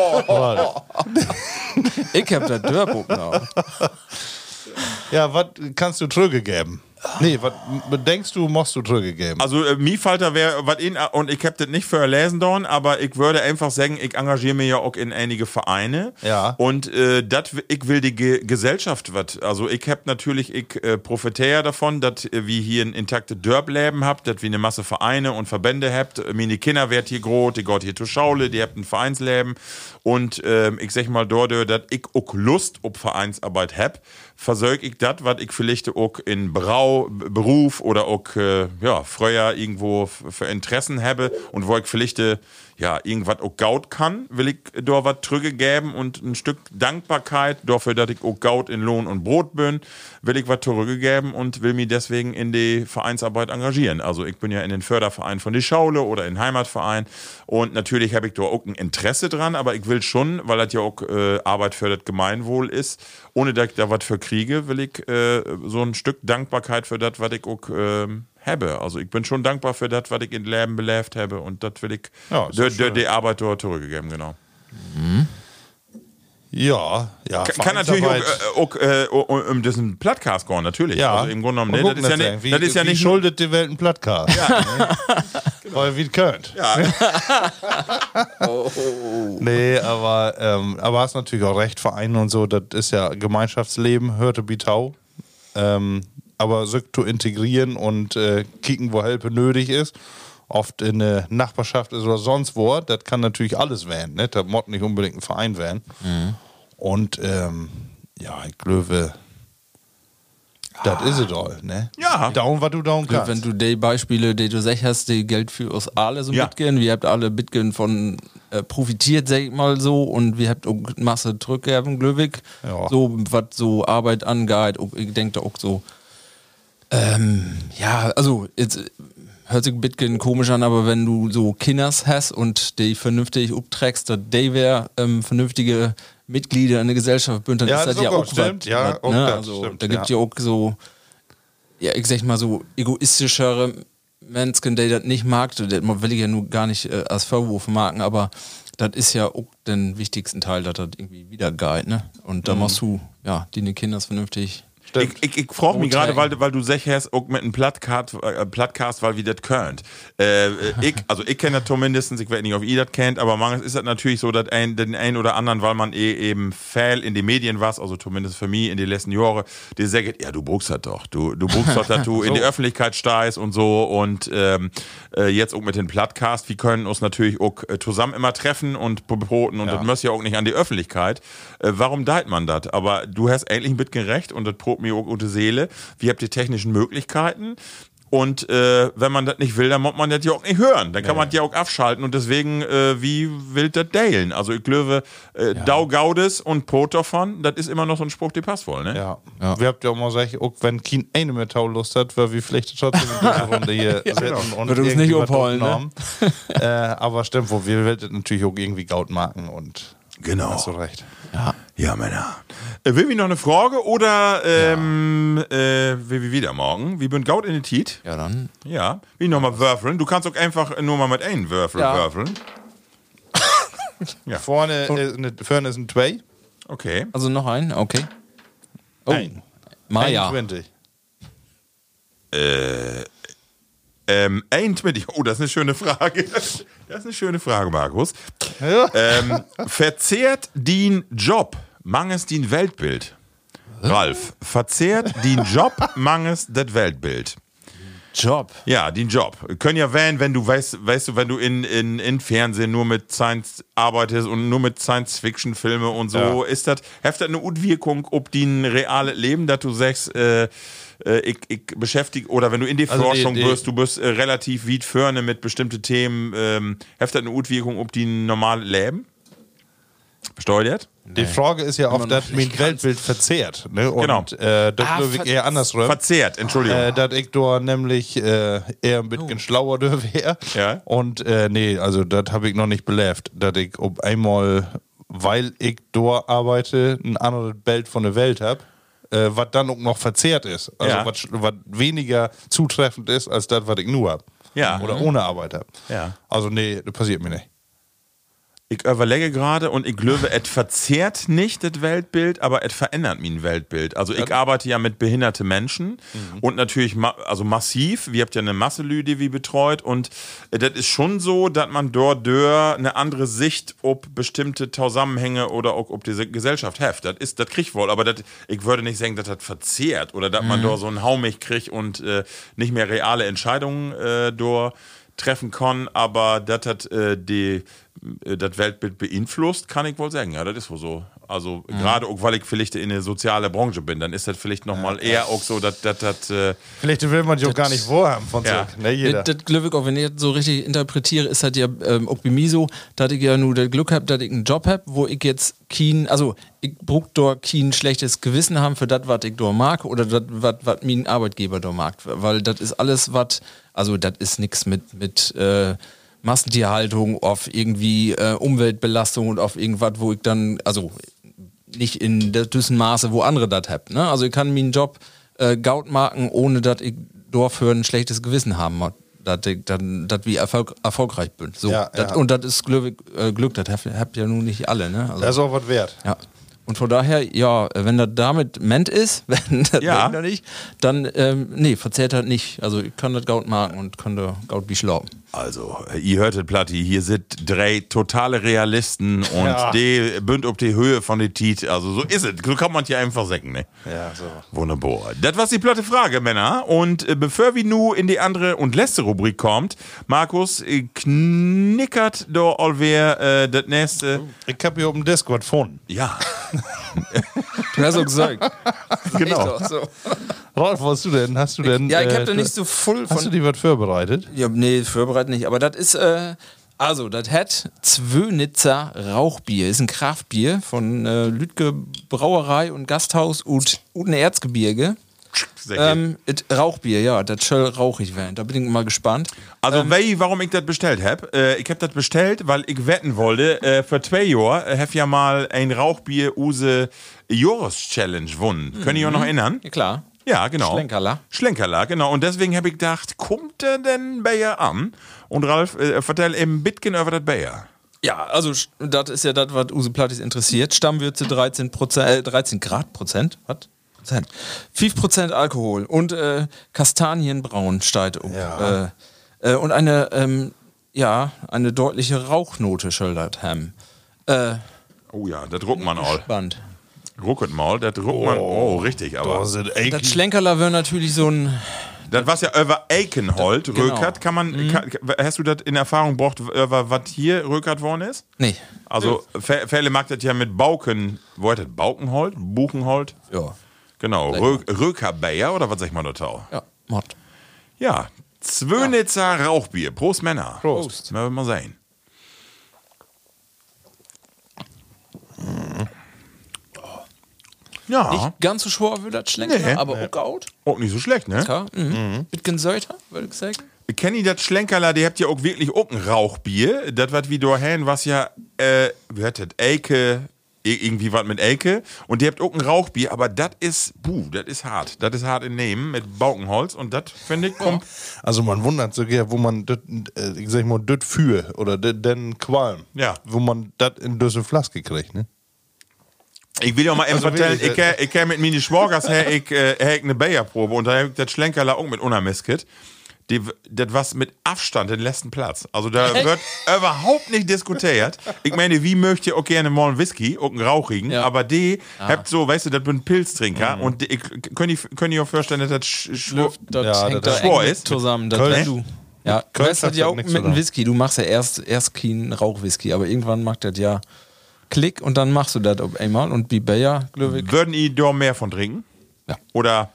Ich hab das Dörrbuch noch. Ja, was kannst du zurückgeben? Nee, was denkst du, musst du zurückgeben? Also, äh, Miefalter wäre, was in, und ich hab das nicht für lesen dorn, aber ich würde einfach sagen, ich engagiere mich ja auch in einige Vereine. Ja. Und äh, dat, ich will die Ge Gesellschaft, wat, also ich hab natürlich, ich äh, profitiere davon, dass äh, wir hier ein intaktes Dörbleben habt, dass wir eine Masse Vereine und Verbände habt. Meine Kinder werden hier groß, die geht hier zur Schaule, die habt ein Vereinsleben. Und ähm, ich sag mal dort, dass ich auch Lust auf Vereinsarbeit hab, versorg ich das, was ich vielleicht auch in Brau, Beruf oder auch äh, ja, früher irgendwo für Interessen habe und wo ich vielleicht äh, ja, irgendwas auch gaut kann, will ich da was zurückgeben und ein Stück Dankbarkeit dafür, dass ich auch gaut in Lohn und Brot bin, will ich was zurückgeben und will mich deswegen in die Vereinsarbeit engagieren. Also ich bin ja in den Förderverein von die Schaule oder in Heimatverein und natürlich habe ich da auch ein Interesse dran, aber ich will schon, weil das ja auch äh, Arbeit für das Gemeinwohl ist, ohne dass ich da was für kriege, will ich äh, so ein Stück Dankbarkeit für das, was ich auch äh, habe. Also ich bin schon dankbar für das, was ich in Leben belebt habe und das will ich Ja, ist doch der, der, schön. die Arbeit dort zurückgegeben, genau. Ja, ja. Kann, kann natürlich auch, Vereinsarbeit. äh, auch äh, um diesen Podcast gehen, natürlich. Ja, Also im Grunde genommen, Mal ne, das gucken, ist ja das nicht, wie, das ist ja wie nicht schuldet die Welt einen Podcast. Ja, weil wie könnt. Ja. Nee, aber, ähm, aber hast natürlich auch recht, Vereine und so, das ist ja Gemeinschaftsleben, hörte Bitau. Ähm, aber so zu integrieren und äh, kicken, wo Hilfe nötig ist, oft in der Nachbarschaft ist oder sonst wo, das kann natürlich alles werden, ne? Das muss nicht unbedingt ein Verein werden. Und ähm, ja, ich glaube, das ist es all, ne? Ja. Daumen, was du daumen kannst. Wenn du die Beispiele, die du sag hast, die Geld für uns alle so Ja. mitgehen, wir habt alle mitgehen von äh, profitiert, sag ich mal so, und wir habt auch Masse zurückgegeben, glücklich. Ja. So, was so Arbeit angeht, auch, ich denke da auch so, ähm, ja, also jetzt äh, hört sich ein bisschen komisch an, aber wenn du so Kinders hast und die vernünftig upträgst, dass die wär ähm, vernünftige Mitglieder in der Gesellschaft sind, dann Ja, ist das das ja auch auch stimmt, was, ja, was, auch ne? das Also stimmt, da gibt ja ja. auch so, ja, ich sag mal so egoistischere Menschen, die das nicht mag, das will ich ja nur gar nicht äh, als Vorwurf machen, aber das ist ja auch den wichtigsten Teil, dass das irgendwie wieder geht, ne? Und da musst du, ja, die den Kindern vernünftig. Ich, ich, ich frage mich Umtragen. gerade, weil, weil du sagst, auch mit einem Plattcast, äh, Plattcast, weil wir das könnt. Äh, ich, also ich kenne das zumindest, ich weiß nicht, ob ihr das kennt, aber manchmal ist das natürlich so, dass ein, den einen oder anderen, weil man eh eben Fail in den Medien war, also zumindest für mich in den letzten Jahren, die sagt, ja, du buchst das doch. Du, du buchst doch, dass du in die Öffentlichkeit steigst und so. Und ähm, äh, jetzt auch mit dem Plattcast, wir können uns natürlich auch äh, zusammen immer treffen und beboten und Ja. das muss ja auch nicht an die Öffentlichkeit. Äh, warum deit man das? Aber du hast eigentlich ein bisschen recht und das probt mir auch gute Seele. Wir habt die technischen Möglichkeiten. Und äh, wenn man das nicht will, dann muss man das ja auch nicht hören. Dann kann man das ja auch abschalten. Und deswegen, äh, wie will das deilen? Also ich glaube, äh, Dau Gaudes und Pot davon, das ist immer noch so ein Spruch, der passt wohl, ne? Ja. Wir habt ja auch mal gesagt, auch wenn kein eine mehr Tau Lust hat, weil wir vielleicht trotzdem in dieser Runde hier sitzen und Wird uns irgendwie nicht was aufholen, ne? aufnehmen. äh, aber stimmt, wo wir werden natürlich auch irgendwie Gaut machen und Genau. hast du recht. Ja, Männer. Äh, will wir noch eine Frage oder ähm, äh, will wir wieder morgen? Wir bin Gaut in die Tiet. Ja, dann. Ja. Wie nochmal würfeln? Du kannst auch einfach nur mal mit einem Würfel Ja. würfeln. Ja. Vorne, ist eine, vorne ist ein zwei. Okay. Also noch ein, okay. Oh, Ein. Maja. einundzwanzig. Ähm, einundzwanzig. Oh, das ist eine schöne Frage. Das ist eine schöne Frage, Markus. Ja. Ähm, verzehrt den Job mangels den Weltbild? Ralf, verzehrt den Job mangels das Weltbild? Job. Ja, den Job. Können ja wählen, wenn du weißt, weißt du, wenn du in, in, in Fernsehen nur mit Science arbeitest und nur mit Science-Fiction-Filme und so, Ja. ist das, hat das eine Utwirkung, ob die ein reales Leben, dass du sagst, äh, äh, ich, ich beschäftige, oder wenn du in die Also die- Forschung die- wirst, du bist äh, relativ weit vorne mit bestimmten Themen, ähm, hat das eine Utwirkung, ob die ein normales Leben? Steuert? Die Frage ist ja oft, noch dass mein nicht Weltbild verzehrt. Ne? Und Genau. äh, das Ah, glaube ich ver- eher andersrum. Verzehrt, Entschuldigung. Äh, dass ich da nämlich äh, eher ein bisschen schlauer wäre. Ja. Und äh, nee, also das habe ich noch nicht belebt, dass ich ob einmal weil ich dort arbeite, ein anderes Bild von der Welt habe, äh, was dann auch noch verzerrt ist. Also Ja. was weniger zutreffend ist, als das, was ich nur habe. Ja. Oder ohne Arbeit habe. Ja. Also nee, das passiert mir nicht. Ich überlege gerade und ich glaube, es verzerrt nicht das Weltbild, aber es verändert mein Weltbild. Also ich arbeite ja mit behinderten Menschen und natürlich ma also massiv. Wir habt ja eine Masse Lü, die wir betreut und äh, das ist schon so, dass man dort dör eine andere Sicht ob bestimmte Zusammenhänge oder auch ob diese Gesellschaft heft. Das ist, das krieg ich wohl, aber das, ich würde nicht sagen, dass das verzerrt oder dass man dort so einen Haumich kriegt und äh, nicht mehr reale Entscheidungen äh, dort treffen kann, aber das hat äh, die äh, das Weltbild beeinflusst, kann ich wohl sagen. Ja, das ist wohl so. Also gerade auch, weil ich vielleicht in eine soziale Branche bin, dann ist das vielleicht nochmal ja, eher auch so, dass das... Äh, vielleicht will man die auch gar nicht vorhaben von ja. so. Ne, jeder. Das, das Glück, auch wenn ich das so richtig interpretiere, ist halt ja ähm, auch bei mir so, dass ich ja nur das Glück habe, dass ich einen Job habe, wo ich jetzt kein, also ich brauche dort kein schlechtes Gewissen haben für das, was ich dort mag oder das, was mein Arbeitgeber dort mag. Weil das ist alles, was, also das ist nichts mit, mit äh, Massentierhaltung, auf irgendwie äh, Umweltbelastung und auf irgendwas, wo ich dann, also nicht in der düssen Maße, wo andere das haben. Ne? Also ich kann meinen Job äh, Gaut machen, ohne dass ich dafür ein schlechtes Gewissen haben muss. Dass ich dann, dass wir erfolg, erfolgreich bin. So, Ja, dat, ja. Und das ist Glück, äh, Glück das habt habt ja nun nicht alle. Ne? Also, Das ist auch was wert. ja. Und von daher, ja, wenn das damit ment ist, wenn das Ja. ja. nicht, dann, ähm, nee, verzehrt das nicht. Also ich kann das Gaut machen und kann da Gaut beschlauben. Also, ihr hörtet Platti, hier sind drei totale Realisten und Ja. die bünd auf die Höhe von der Tiet. Also so ist es. So kann man ja einfach sagen, ne? Ja, so. Wunderbar. Das war die platte Frage, Männer. Und äh, bevor wir nu in die andere und letzte Rubrik kommt, Markus, äh, knickert da allwer äh, das nächste. Ich hab hier auf dem Discord gefunden. Ja, Du hast auch gesagt. genau. Echt auch so. Rolf, was hast du denn? Hast du denn? Ja, ich hab äh, da nicht so voll Hast du von. dir was vorbereitet? Ja, nee, vorbereitet nicht. Aber das ist, äh, also, das hat Zwönitzer Rauchbier. Ist ein Kraftbier von äh, Lütke Brauerei und Gasthaus und Uten Erzgebirge. Sehr gut. Ähm, it Rauchbier, ja, das soll rauchig werden. Da bin ich mal gespannt. Also, wei, warum ich das bestellt hab? Äh, ich hab das bestellt, weil ich wetten wollte, äh, vor zwei Jahren äh, hab ja mal ein Rauchbier use Joris Challenge gewonnen. Könnt ihr euch noch erinnern? Ja, klar. Ja, genau. Schlenkerler. Schlenkerler, genau. Und deswegen habe ich gedacht, kommt der denn Bayer an? Und Ralf, äh, vertell eben Bitcoin über das Bayer. Ja, also sch- das ist ja das, was Use Plattis interessiert. Stammwürze dreizehn Prozent, äh, dreizehn Grad Prozent. Was? Prozent. fünf Prozent Alkohol und äh, Kastanienbraun steht. Ja. Äh, äh, und eine, ähm, ja, eine deutliche Rauchnote schildert haben. Äh, Oh ja, das druckt man all. spannend. Rucket mal, das druckt man. Oh, richtig, aber. Da sind echt Das Schlenkerler wäre natürlich so ein. Das was ja über Eikenhold Genau. Rökert, kann man, kann, hast du das in Erfahrung gebracht, über was hier Rökert worden ist? Nee. Also, Fä- Fälle mag das ja mit Bauken, wo heißt das? Baukenhold? Buchenhold? Ja. Genau, Rö Rökerbayer oder was sag ich mal da? Ja, Mord. Ja, Zwönitzer Rauchbier. Prost, Männer. Prost. Mal, mal sehen. Ja, Nicht ganz so schwer wie das Schlenkerler, Nee. aber auch gut. auch nicht so schlecht, ne? Ja, mhm. Bisschen Säuter, würde ich sagen. Kennt ihr das Schlenkerler, die habt ja auch wirklich auch ein Rauchbier. Das was wie dahin, was ja, äh, wie heißt das, Elke, i- irgendwie was mit Elke. Und die habt auch ein Rauchbier, aber das ist, puh, das ist hart. Das ist hart in Nehmen mit Baukenholz und das, finde ich, kommt. Also man wundert sich ja, wo man das, äh, ich sag mal, das für oder das- den Qualm, Ja. wo man das in diese Flaske kriegt, ne? Ich will ja mal eben Also vertellen, wirklich, ich, äh, ich kenn mit meine Schwagers her, ich, äh, her ich eine Bayerprobe und da hab ich das Schlenkerler auch mit unermisket. Die, das was mit Abstand den letzten Platz. Also da wird überhaupt nicht diskutiert. Ich meine, wie möchte ihr auch gerne mal einen Whisky, auch einen rauchigen, Ja. aber die habt so, weißt du, das bin Pilztrinker und die, ich, könnt ihr könnt ihr euch vorstellen, dass das sch, sch, Das Ja, hängt das da schwor eng ist. zusammen. Das Kölsch- wenn du. Ja, Kölsch weißt du hat ja das auch nichts mit zu einem tun. Whisky. Du machst ja erst, erst keinen Rauchwhisky, aber irgendwann macht das ja Klick und dann machst du das auf einmal und wie Bayer, glaube ich. würden ihr da mehr von trinken? Ja. Oder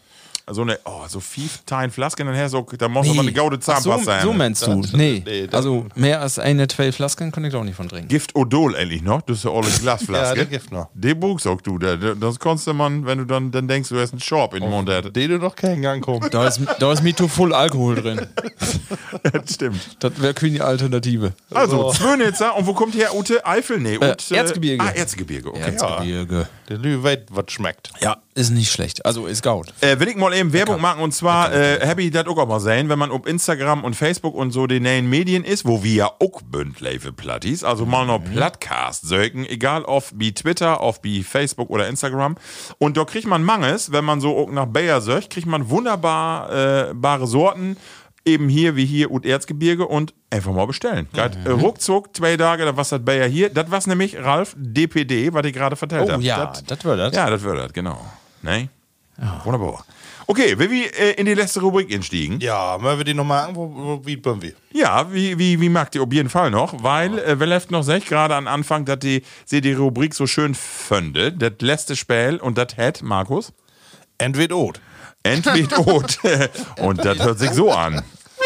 so eine, oh, so fünf Teilen Flasken, dann hast du, da muss man eine gaude Ach, so, Zahnpasta so haben. meinst du? Nee. nee, das- Also mehr als eine, zwei Flasken kann ich doch nicht von trinken. Gift Odol endlich noch, das ist ja alle Ja, Glasflaske. der Gift noch. Den buchst auch du, da- das kannst du man, wenn du dann, dann denkst, du hast einen Shop in den Mund. Das Den du noch keinen Gang kommst. Da ist, da ist Mito voll Alkohol drin. stimmt. Das wäre keine Alternative. Also, Zwönitzer, und wo kommt her Ute? Eifel? Nee, Äh, Ut, Erzgebirge. Ah, Erzgebirge, okay. Erzgebirge. Der Lü weiß, was schmeckt. Ja, ist nicht schlecht. Also ist gaut. Äh, will ich mal eben Werbung machen, und zwar äh, habe ich das auch mal sehen, wenn man auf Instagram und Facebook und so den neuen Medien ist, wo wir ja auch bündle für Plattis, also mal noch Plattcast söken, egal auf wie Twitter, auf wie Facebook oder Instagram, und da kriegt man manches, wenn man so auch nach Bayer söcht, kriegt man wunderbar äh, bare Sorten, eben hier wie hier und Erzgebirge, und einfach mal bestellen. Mhm. Äh, ruckzuck, zwei Tage, da was das Bayer hier, das was nämlich, Ralf, D P D, was ich gerade vertellt Oh habe. ja, das wird das. Ja, das wird das, genau. Ne? Wunderbar. Okay, will wir äh, in die letzte Rubrik einstiegen? Ja, wollen wir die noch machen? Wo, wo, wie wollen wir? Ja, wie, wie, wie mag die auf jeden Fall noch, weil äh, wir läuft noch sech gerade am Anfang, dass die, sie die Rubrik so schön fände, das letzte Spiel, und das hat, Markus, Entweder Ot. entweder Ot. Und das hört sich so an.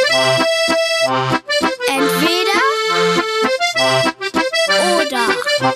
Entweder oder.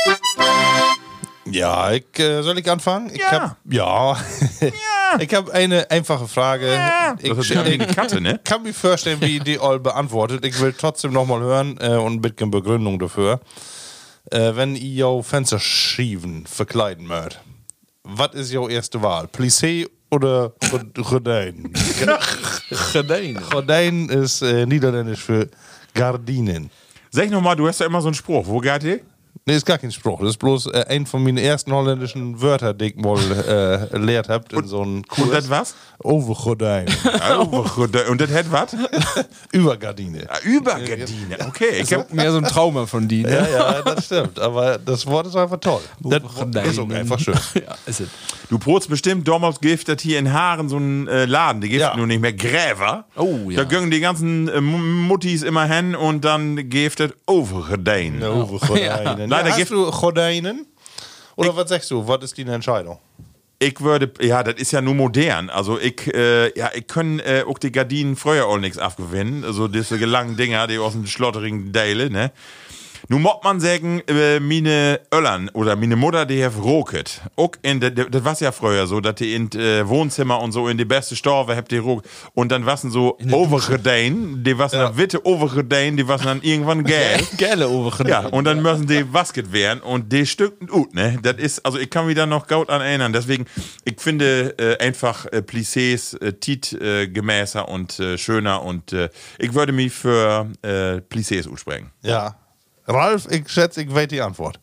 Ja, ich, äh, soll ich anfangen? Ich Ja. Hab, ja. Ich habe eine einfache Frage. Ich, Das ist ja wie eine Katze, ne? kann mir vorstellen, wie die all beantwortet. Ich will trotzdem nochmal hören äh, und ein bisschen Begründung dafür. Äh, wenn ihr jau Fensterschieven verkleiden mögt, was ist your erste Wahl? Plissé oder Gordijn? Gordijn. Gordijn ist äh, niederländisch für Gardinen. Sag nochmal, du hast ja immer so einen Spruch. Wo geht die? Nee, ist gar kein Spruch. Das ist bloß äh, ein von meinen ersten holländischen Wörtern, die ich mal äh, lehrt habt in so einem Kurs. Und das was? Overgordijn. Und das hat was? Übergardine. Ah, Übergardine. Okay, ich hab, Mehr so ein Trauma von die, ne? Ja, ja, das stimmt. Aber das Wort ist einfach toll. Das ist auch einfach schön. Ja, ist es. du brotst bestimmt damals giftet hier in Haaren so einen äh, Laden, die gibt Ja. nur nicht mehr, Gräver. Oh, ja. Da gingen die ganzen äh, Muttis immer hin, und dann giftet Overgardijn. Overgordijnen. Leider Hast gibt- du Gordijnen? Oder was sagst du? Was ist die Entscheidung? Ich würde, ja, das ist ja nur modern. Also ich, äh, ja, ich kann äh, auch die Gardinen früher auch nichts abgewinnen. Also diese langen Dinger, die aus dem schlotterigen Dale, ne? Nun mag man sagen, äh, meine Öllern oder meine Mutter, die hat roket. Auch in de, de, das war ja früher so, dass die in äh, Wohnzimmer und so in die beste Storve habt die roket. Und dann waren so Overgedijn, die waren dann witte Overgedijn, die waren dann irgendwann gel. Geile Obergordijn. Ja, und dann müssen die wasket werden, und die stücken gut, ne? Das ist, also ich kann mich da noch gut an erinnern. Deswegen, ich finde äh, einfach äh, Plissés äh, Tit äh, gemäßer und äh, schöner, und äh, ich würde mich für äh, Plissés ursprechen. Ja. Ralf, ich schätze, ich weiß die Antwort.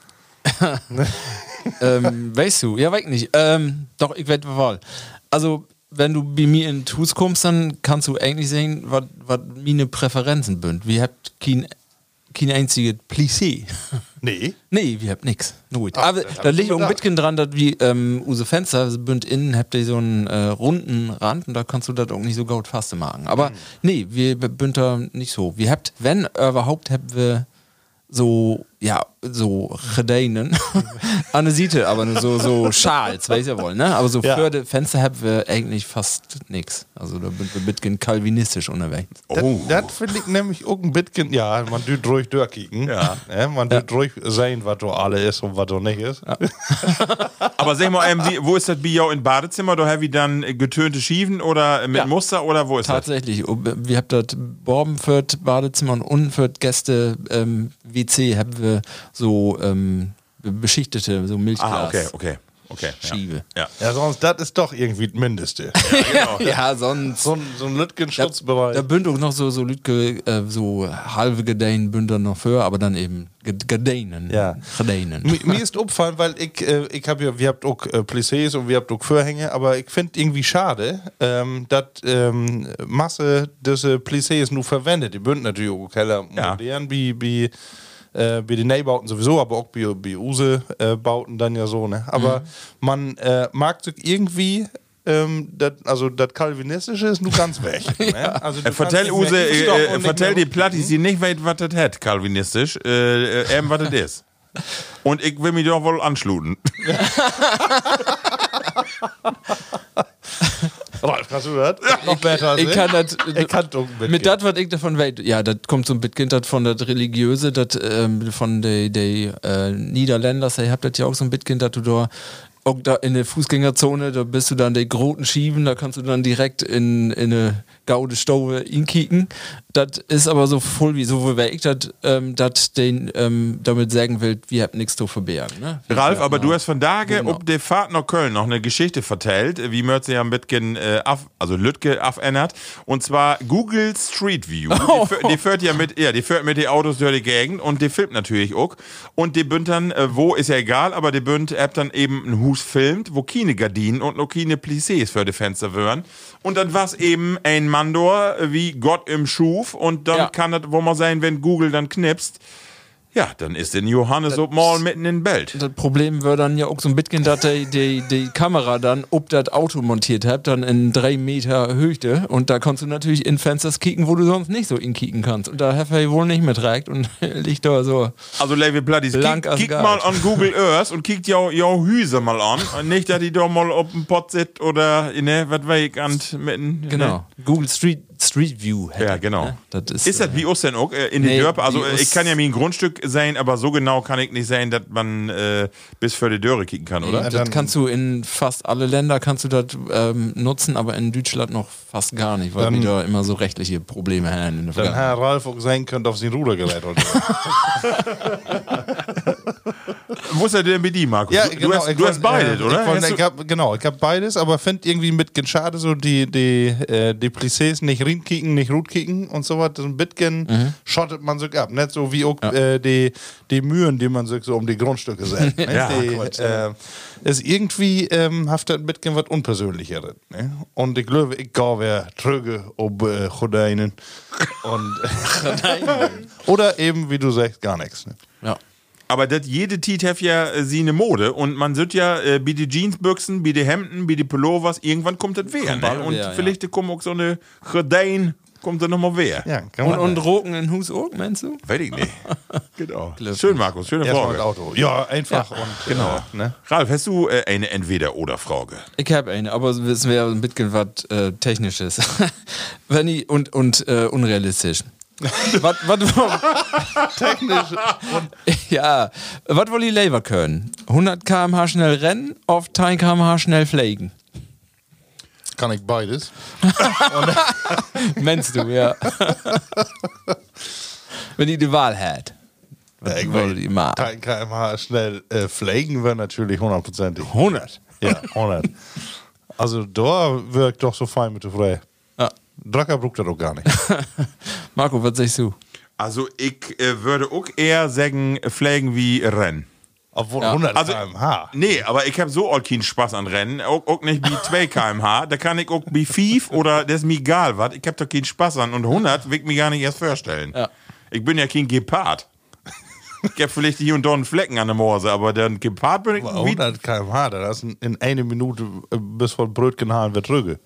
ähm, weißt du, ja, weiß ich nicht. Ähm, doch, ich weiß wohl. Also, wenn du bei mir in Hus kommst, dann kannst du eigentlich sehen, was meine Präferenzen sind. Wir habt kein, kein einziges Plissé. Nee. Nee, wir habt nix. Nur Ach, Aber das hab da ich liegt schon auch ein gedacht. bisschen dran, dass wie ähm, unsere Fenster bünd innen habt ihr so einen äh, runden Rand, und da kannst du das auch nicht so gut fast machen. Aber nee, wir bünd da nicht so. Wir habt, wenn überhaupt, habt wir so, ja, so Gordijnen an der Seite, aber nur so, so Schals, weiß ihr wohl, ne? Aber so Ja. für die Fenster habt wir eigentlich fast nix. Also da sind wir ein bisschen kalvinistisch unterwegs. Oh. Das, das finde ich nämlich auch ein bisschen, ja, man tut ruhig durchkicken. Ja. Ja, man tut ruhig sehen, was da alle ist und was da nicht ist. Aber sag mal, ähm, wie, wo ist das Bio in Badezimmer? Da have ich dann äh, getönte Schieven oder äh, mit Ja. Muster, oder wo ist das? Tatsächlich. Wir haben das Borben für das Badezimmer und unten für das Gäste ähm, W C haben wir so ähm, beschichtete, so Milchglas. Ah, okay, okay, okay. Ja. Schiebe. Ja. Ja, sonst, das ist doch irgendwie das Mindeste. Ja, sonst. so ein, so ein Lütgen-Schutzbereich. Da bünd auch noch so, so Lütke, äh, so halbe Gardinen bünden noch für, aber dann eben Gardinen. Ja. Gardinen. Mi- Mir ist aufgefallen, weil ich, äh, ich habe ja, wir habt auch äh, Plissés und wir habt auch Vorhänge, aber ich finde irgendwie schade, ähm, dass ähm, Masse diese Plissés nur verwendet. Die bünden natürlich auch heller Ja. modern, wie, wie äh, bei den Neubauten sowieso, aber auch bei, bei Use-Bauten dann ja so, ne? Aber man äh, mag sich irgendwie, ähm, dat, also das Calvinistische ist nur ganz weg. Ne? Also du Äh, vertell kannst Use, nicht mehr- äh, Stopp äh, und nicht vertell mehr- die Plattis, die nicht weiß, was das hat, kalvinistisch, äh, äh, eben was das ist. Und ich will mich doch wohl anschluten. Ralf, kannst du das? Noch besser als Ich kann das, Ich kann doch mitgehen. mit das, was ich davon weiß, ja, das kommt so ein bisschen das von das Religiöse, das ähm, von den äh, Niederländern, ihr habt das ja auch so ein bisschen, dass du da auch da in der Fußgängerzone, da bist du dann die Groten schieben, da kannst du dann direkt in, in eine gaude Stove inkicken. Das ist aber so voll wie so wie ich das ähm, den ähm, damit sagen will, wir haben nichts zu verbergen. Ne? Ralf, aber du hast von Tage Genau. ob der Fahrt nach Köln noch eine Geschichte vertellt, wie Mörze ja ein bisschen, äh, af, also Lütke abändert. Und zwar Google Street View. Die, fährt- die fährt ja mit, ja, die fährt mit den Autos durch die Gegend und die filmt natürlich auch. Und die bünd dann, äh, wo ist ja egal, aber die bünd App dann eben ein Hus filmt, wo keine Gardinen und noch keine Plissés für die Fenster wären. Und dann war's eben ein Mandor wie Gott im Schuf und dann Ja. kann das, wo man sein, wenn Google dann knipst, ja, dann ist den Johannes ob mal mitten in Bild. Das Problem wäre dann ja auch so ein bisschen, dass die, die, die Kamera dann, ob das Auto montiert habt, dann in drei Meter Höhe und da kannst du natürlich in Fensters kicken, wo du sonst nicht so in kicken kannst. Und da hat er wohl nicht mitreicht und liegt da so. Also Levi Plattis, Blank kick, as kick Gold. mal an Google Earth und kickt ja ja Hüse mal an. Und nicht, dass die da mal auf dem Pott sitzt oder, ne, was weiß ich, an mitten. Genau. Google Street, Street View. hätte, Ja, genau. Ne? Das ist, Ist das wie Ost denn auch äh, in den Nee, Dörper? Also wie äh, ich Ost- kann ja mir ein Grundstück sein, aber so genau kann ich nicht sein, dass man äh, bis für die Dörre kicken kann, oder? das dann- kannst du in fast alle Länder kannst du das ähm, nutzen, aber in Deutschland noch fast gar nicht, weil Dann- wir da immer so rechtliche Probleme haben in der Dann Vergangenheit. Herr Ralf auch sein könnte auf sein Rudergerät. Oder Wo ist der denn bei dir, Markus? du, du hast, ich du hast wollt, beides, äh, oder? Ich wollt, Hast ich du- hab, genau, ich habe beides, aber finde irgendwie mit schade so die, die, äh, die Plissés nicht reinkicken, nicht rutkicken und so was. So ein bisschen schottet man sich ab. Nicht so wie auch äh, die, die Mühen, die man sich so um die Grundstücke setzt. ne? Ja, die, äh, ist irgendwie ähm, haftet ein bisschen was Unpersönlicheres. Ne? Und ich glaube, ich gehe wer tröge ob äh, Gordijnen. Und oder eben, wie du sagst, gar nichts. Ne? Ja. Aber das jede Tiet hat ja äh, sie eine Mode und man sieht ja äh, wie die Jeansbüchsen, wie die Hemden, wie die Pullovers, irgendwann kommt das wer. Ne? bald Und wer, ja. vielleicht kommt auch so eine Gordijn, kommt dann nochmal wer. Ja, kann Und, man und Roken in Hus auch, meinst du? Weiß ich nicht. Genau. Schön, Markus, schöne erstmal Frage. das Auto. Ja, einfach. Und, Genau. Äh, ne? Ralf, hast du äh, eine Entweder-Oder-Frage? Ich habe eine, aber es wäre ein bisschen was äh, Technisches. Wenn ich, und und äh, unrealistisch. was, was, Technisch. ja, was wollt ihr lieber können? hundert Kilometer pro Stunde schnell rennen, auf zehn Kilometer pro Stunde schnell fliegen? Kann ich beides. Meinst du, ja. Wenn ihr die Wahl hättet. Was ich wollt ihr mal? Kein Kilometer pro Stunde schnell äh, pflegen wir natürlich hundertprozentig. hundert? Ja, hundert. Also da wirkt doch so fein mit der Frei. Ja. Dracker braucht das doch gar nicht. Marco, was sagst du? Also ich äh, würde auch eher sagen, Flägen wie Rennen. Obwohl Ja. hundert Also- Kilometer pro Stunde. Nee, aber ich habe so auch keinen Spaß an Rennen. Auch, auch nicht wie zwei Kilometer pro Stunde. Da kann ich auch wie fünf oder das ist mir egal was. Ich habe doch keinen Spaß an. Und hundert will ich mir gar nicht erst vorstellen. Ja. Ich bin ja kein Gepard. Ich habe vielleicht hier und da einen Flecken an der Morse, aber der Gepard bin ich wie, hundert Kilometer pro Stunde, das ist in einer Minute äh, bis von Brötchen halen wird Rüge.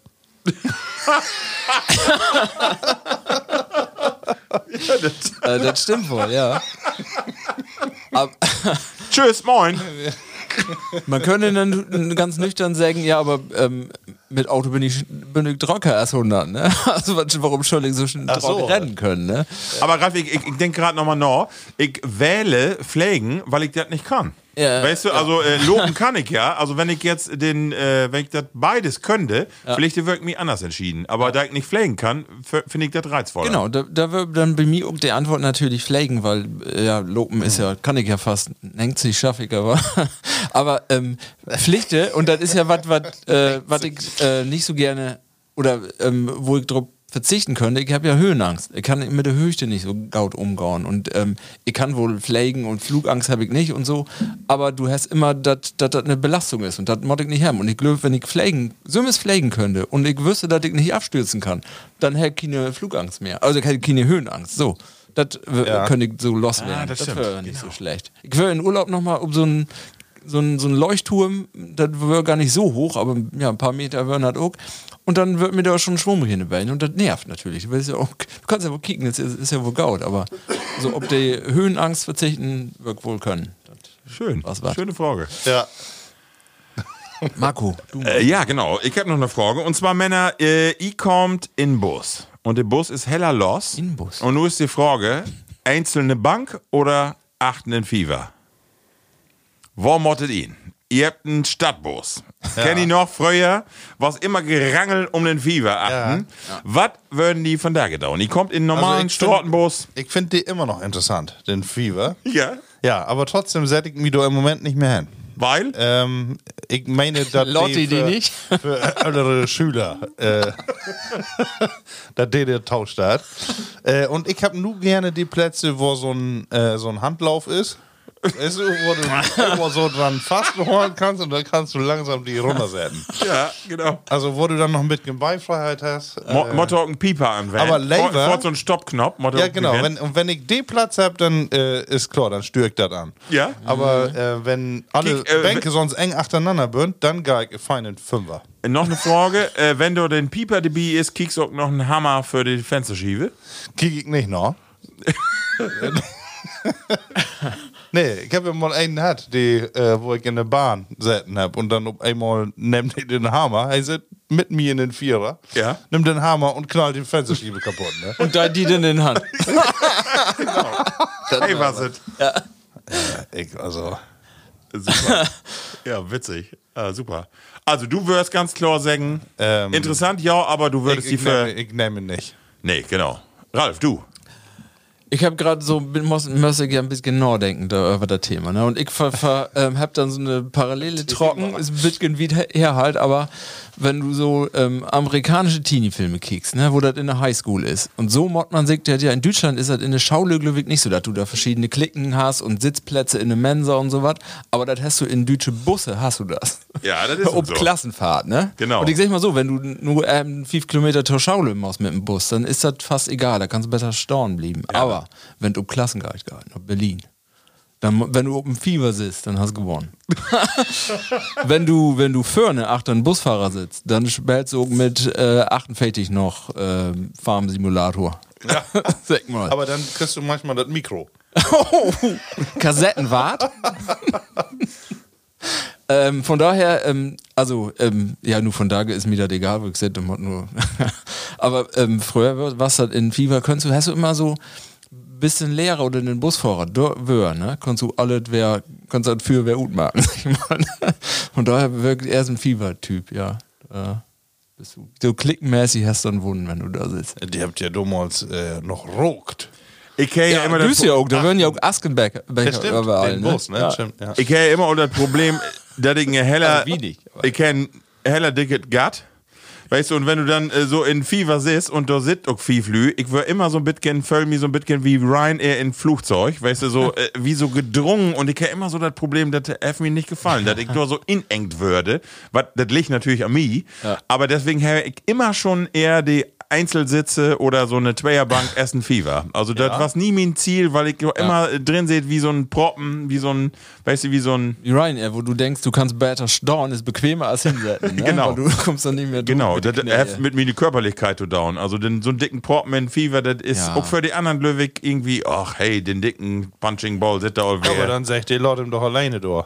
Äh, das stimmt wohl, ja. Aber, Tschüss, moin. man könnte dann ganz nüchtern sagen, ja, aber ähm, mit Auto bin ich, bin ich Drocker erst hundert, ne? Also was- warum soll ich so schnell Ach so. Drock rennen können, ne? Aber Ralf, ich, ich, ich denke gerade nochmal nach. Ich wähle Flägen, weil ich das nicht kann. Ja, Weißt du, also äh, loben kann ich ja. Also wenn ich jetzt den, äh, wenn ich das beides könnte, vielleicht würde ich mich anders entschieden. Aber da ich nicht pflegen kann, f- finde ich das reizvoller. Genau, da, da wird dann bei mir auch die Antwort natürlich pflegen, weil äh, ja, Lopen ist ja, kann ich ja fast, nennt sich schaffe ich aber. aber ähm, Pflichte, und das ist ja was, was äh, was ich äh, nicht so gerne, oder ähm, wo ich drauf verzichten könnte, ich habe ja Höhenangst. Ich kann mit der Höchste nicht so gaut umgauen. Und ähm, ich kann wohl pflegen und Flugangst habe ich nicht und so, aber du hast immer, dass das eine Belastung ist und das mod ich nicht haben. Und ich glaube, wenn ich pflegen, so es pflegen könnte und ich wüsste, dass ich nicht abstürzen kann, dann hätte ich keine Flugangst mehr. Also ich hätte keine Höhenangst. So. Das w- Ja. könnte ich so loswerden. das das stimmt. wäre nicht so schlecht. Ich wäre in Urlaub nochmal um so einen so ein, so ein Leuchtturm, das wäre gar nicht so hoch, aber ja, ein paar Meter wären das auch. Und dann wird mir da schon Schwumm in den Beinen. Und das nervt natürlich. Du, willst ja auch, du kannst ja wohl kicken, das ist, ist ja wohl gaut, aber so ob die Höhenangst verzichten, wird wohl können. Das Schön. Was war? Schöne Frage. Ja. Marco, du. Äh, ja, genau. Ich habe noch eine Frage. Und zwar, Männer, äh, ihr kommt in den Bus. Und der Bus ist heller los. In den Bus. Und nun ist die Frage, einzelne Bank oder achten Fieber? Wo mottet ihn? Ihr habt einen Stadtbus. Ja. Kenn ich noch früher, was immer gerangelt um den Fieber achten. Ja. Ja. Was würden die von da gedauern? Die kommt in einen normalen Also Straßenbus. Ich finde die immer noch interessant, den Fever. Ja. Ja, aber trotzdem setze ich mich da im Moment nicht mehr hin. Weil? Ähm, ich meine, dass Lotti die für, nicht? für ältere Schüler, äh, dass die der tauscht hat. Äh, und ich habe nur gerne die Plätze, wo so ein, äh, so ein Handlauf ist. Weißt du, wo du immer so dran festholen kannst und dann kannst du langsam die runtersetzen. Ja, genau. Also, wo du dann noch ein bisschen Beifreiheit hast. Äh, Mo Motto auch einen Pieper anwenden. Aber Lever- Vor, vor so einen Stoppknopf. Motto Ja, auch genau. einen Wenn, und wenn ich den Platz habe, dann äh, ist klar, dann störe ich das an. Ja. Aber äh, wenn alle Kiek, äh, Bänke sonst eng aneinander bünd, dann gehe ich fein in Fünfer. Noch eine Frage. äh, wenn du den Pieper dabei ist, kriegst du auch noch einen Hammer für die Fensterschiebe? Krieg ich nicht noch. Nee, ich habe ja mal einen gehabt, die, äh, wo ich in der Bahn säten habe und dann auf einmal nimmt er den Hammer, er sitzt mit mir in den Vierer, Ja. nimmt den Hammer und knallt die Fensterschiebe kaputt. Ne? Und da die denn in den Hand. Hey, was ist? Ja, ich, also. Super. Ja, witzig. Ah, super. Also, du würdest ganz klar sagen, Ähm, interessant, ja, aber du würdest Ich, die ich, für. nehme, ich nehme ihn nicht. Nee, genau. Ralf, du. Ich habe gerade so, bin- muss, muss ich ja ein bisschen nachdenken da über das Thema. Ne? Und ich ver, ver, ähm, habe dann so eine Parallele trocken, ist ein bisschen wie her halt, aber wenn du so ähm, amerikanische Teenie-Filme kickst, ne, wo das in der Highschool ist. Und so mod man sich, ja, in Deutschland ist das in der Schaulöglewig nicht so, dass du da verschiedene Klicken hast und Sitzplätze in der Mensa und so was. Aber das hast du in deutsche Busse, hast du das. Ja, das ist Ob so. Klassenfahrt, ne? Genau. Und ich sag mal so, wenn du nur ähm, fünf Kilometer zur Schaule machst mit dem Bus, dann ist das fast egal, da kannst du besser staunen bleiben. Aber wenn du um Klassengehalt gehalten hast, Berlin, dann, wenn du auf dem Fieber sitzt, dann hast du gewonnen. wenn du, wenn du für eine achtern Busfahrer sitzt, dann spielst du mit äh, achtundvierzig noch äh, Farm-Simulator. Ja. Sag mal. Aber dann kriegst du manchmal das Mikro. Oh, Kassettenwart. ähm, von daher, ähm, also, ähm, ja, nur von daher ist mir das egal, wo ich sitze. Nur aber ähm, früher, was das in Fever, könntest du, hast du immer so ein bisschen Lehrer oder den Busfahrer, wör, ne? Kannst du alles, wer, kannst du das für wer gut machen, sag ich mal. Von daher wirklich er ist ein Fever-Typ, ja. Äh, bist du, so klickenmäßig hast du einen Wunden, wenn du da sitzt. Die habt ja damals äh, noch rogt. Ich kenne ja, Ja, immer du das ja auch, da würden ja auch Askenbecher überall. den Ne? Bus, ne? Ja. Stimmt, ja. Ich kenne ja immer auch das Problem, dass ich ein heller. Also wie nicht, aber- ich kenne heller dicket Gatt. Weißt du, und wenn du dann äh, so in Fieber sitzt und da sitzt auch viel Flü, ich würde immer so ein bisschen, fühl mich so ein bisschen wie Ryanair in Flugzeug, weißt du, so äh, wie so gedrungen und ich kenne immer so das Problem, dass der mir nicht gefallen, dass ich nur so inengt würde, was, das liegt natürlich an mir, Ja. aber deswegen habe ich immer schon eher die Einzelsitze oder so eine Zweierbank essen Fieber. Also das war nie mein Ziel, weil ich immer äh, drin sehe, wie so ein Proppen, wie so ein, weißt du, wie so ein Wie Ryanair, wo du denkst, du kannst besser stauen, ist bequemer als hinsetzen. Ne? Genau. Weil du kommst dann nicht mehr durch Genau, mit den das Knien. hat mit mir die Körperlichkeit zu down. Also den, so einen dicken Portman Fever, das ist Ja. auch für die anderen Löwig irgendwie, ach hey, den dicken Punching Ball sitzt da all Aber dann sagt die Leute ihm doch alleine durch.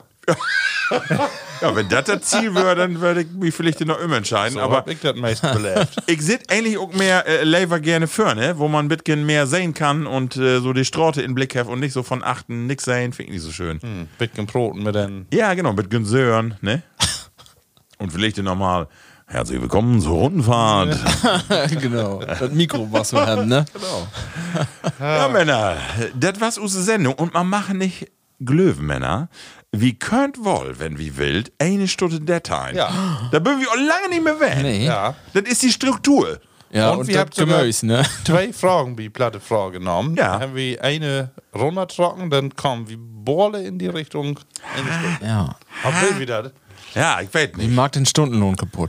Ja, wenn das das Ziel wäre, dann würde ich mich vielleicht noch immer entscheiden. So aber hab ich das meist belebt. ich sitze eigentlich auch mehr äh, Lever gerne vorne, wo man ein bisschen mehr sehen kann und äh, so die Straße in den Blick hat und nicht so von achten, nix sehen, finde ich nicht so schön. Hm, bisschen Broten mit den. Ja, genau, mit Günsören, ne? Und vielleicht nochmal, herzlich willkommen zur Rundenfahrt. Genau, das Mikro, was wir haben, ne? Ja, Männer, das war's unsere Sendung. Und man macht nicht Glöwen, Männer. Wie könnt wohl, wenn wie wild, eine Stunde Dateien. Ja. Da bin wir auch lange nicht mehr weg. Nee. Ja. Das ist die Struktur. Ja, Und und, wir das habt sogar- Gemüse, ne? Zwei Fragen wie platte Frage genommen. Ja. Dann haben wir eine runtertrocken, dann kommen wir Bohle in die Richtung. Eine Stunde. Ja. Aber will wieder. Ja, ich weiß Ich nicht. mag den Stundenlohn kaputt.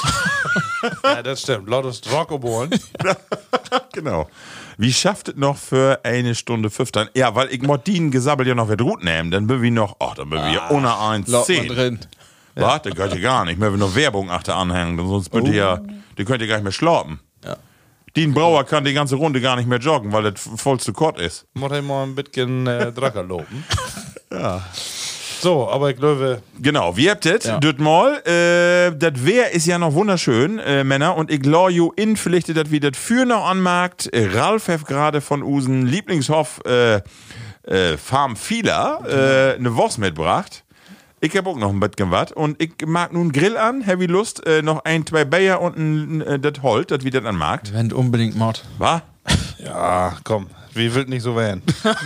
Ja, das stimmt. Lautes Rockobohlen. Genau. Wie schafft es noch für eine Stunde fünfzehn? Ja, weil ich Martin gesabbelt ja noch wieder Rut nehmen. Dann bin wir noch, ach, dann bin wir ja ohne eins Laut man zehn. drin. Was? Das könnt ihr gar nicht. Mehr noch Werbung achter anhängen. Sonst könnt ihr ja, die könnt ihr gar nicht mehr schlafen. Ja. Dean Brauer kann die ganze Runde gar nicht mehr joggen, weil das voll zu kurz ist. Muss ich mal ein bisschen äh, Dracker loben. So, aber ich glaube, Genau, wie habt das? Ja. Das mal, äh, das Wehr ist ja noch wunderschön, äh, Männer, und ich glaube, jo inpflichtet, dass wir das für noch anmarkt. Äh, Ralf hat gerade von usen Lieblingshof äh, äh, Farm Fieler äh, eine Wurst mitgebracht. Ich hab auch noch ein bisschen was und ich mag nun Grill an, heavy Lust, äh, noch ein, zwei Bayer und ein, äh, das Holt, das wir das anmarkt. Wenn unbedingt Mod. Wa? ja, komm, wie will nicht so werden?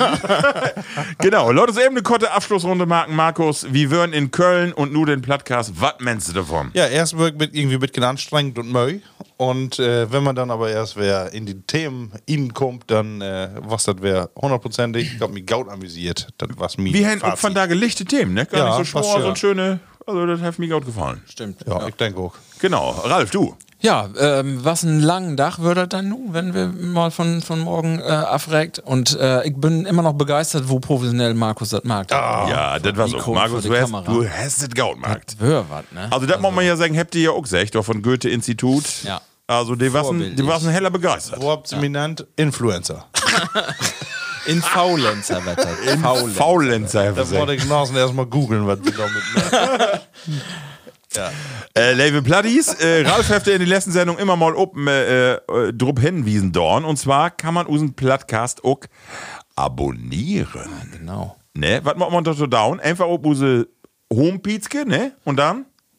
Genau, Leute, so eben eine kurze Abschlussrunde machen, Markus. Wir wären in Köln und nur den Podcast. Was meinst du davon? Ja, erst wird mit irgendwie ein bisschen anstrengend und Möi. Und äh, wenn man dann aber erst wer in die Themen hinkommt, dann äh, was das wäre hundertprozentig, ich glaube, mich gaut amüsiert. Das was mir. Wir haben auch von da gelichte Themen, ne? Gar Ja, nicht so passt schwor, ja. so schöne. Also, das hat mir gut gefallen. Stimmt. Ja, ich denke auch. Genau, Ralf, du. Ja, ähm, was ein langen Tag wird das dann nun, wenn wir mal von, von morgen äh, afregt. Und äh, ich bin immer noch begeistert, wo professionell Markus das mag. Ah. Ja, das war so. Mikro Markus, für du die hast, Kamera. du hast es gaut gemacht. Wör wat, ne? Also, das muss man ja sagen, habt ihr ja auch gesagt, doch von Goethe-Institut. Ja. Also, die waren Vorbildlich. die waren heller begeistert. Wo habt ihr mich genannt? Influencer. In Faulenzer wird das. In Faulenzer. Faulenzer, Da wollte ich nachher erstmal googeln, was wir damit machen. Äh, Level Platties, äh, Ralf hat in der letzten Sendung immer mal oben äh, äh, drup hinwiesen dorn. Und zwar kann man unseren Plattcast auch abonnieren. Genau. Ne? Was macht man da so down? Einfach auf unsere Homepizke, ne? Und dann?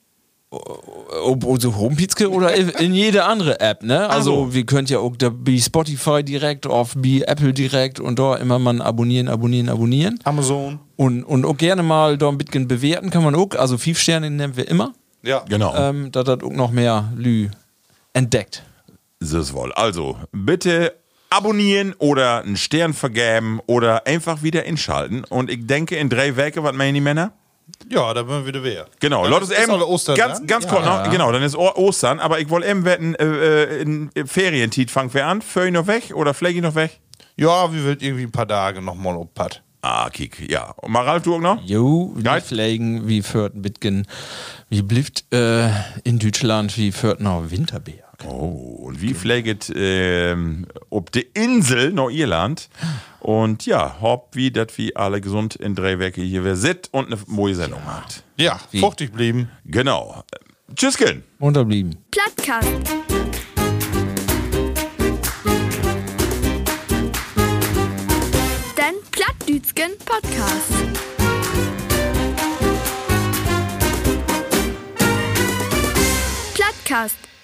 Ob unsere Homepizke oder in jede andere App, ne? Also, so. wir könnt ja auch da bei Spotify direkt, auf bei Apple direkt und da immer mal abonnieren, abonnieren, abonnieren. Amazon. Und, und auch gerne mal da ein bisschen bewerten kann man auch. Also, fünf Sterne nehmen wir immer. Ja. Genau. Ähm, da hat auch noch mehr Lü entdeckt. Das wohl. Also, bitte abonnieren oder einen Stern vergeben oder einfach wieder inschalten. Und ich denke, in drei Wochen, was meinen die Männer? Ja, da werden wir wieder wer. Genau, Dann Leute, ist- ist eben, alle Ostern, ganz, ne? ganz Ja. kurz noch, genau, dann ist O- Ostern, aber ich wollte eben wetten, äh, äh, in Ferientit fangen wir an, für noch weg oder fliege ich noch weg? Ja, wir wird irgendwie ein paar Tage nochmal auf Pad. Ah, kick, ja. Und mal Ralf, du auch noch? Jo, wie Geil. Pflegen, wie führt ein bisschen, wie blifft äh, in Deutschland, wie führt noch Winterberg. Oh, und wie pfleget ähm, ob die Insel Nordirland? Und ja, hopp, wie dat wie alle gesund in drei Wochen hier wer sit und eine neue Sendung macht. Ja, Wie? fruchtig blieben. Genau. Tschüsschen. Unterblieben. Plattkast. Den Plattdütschen Podcast. Plattkast.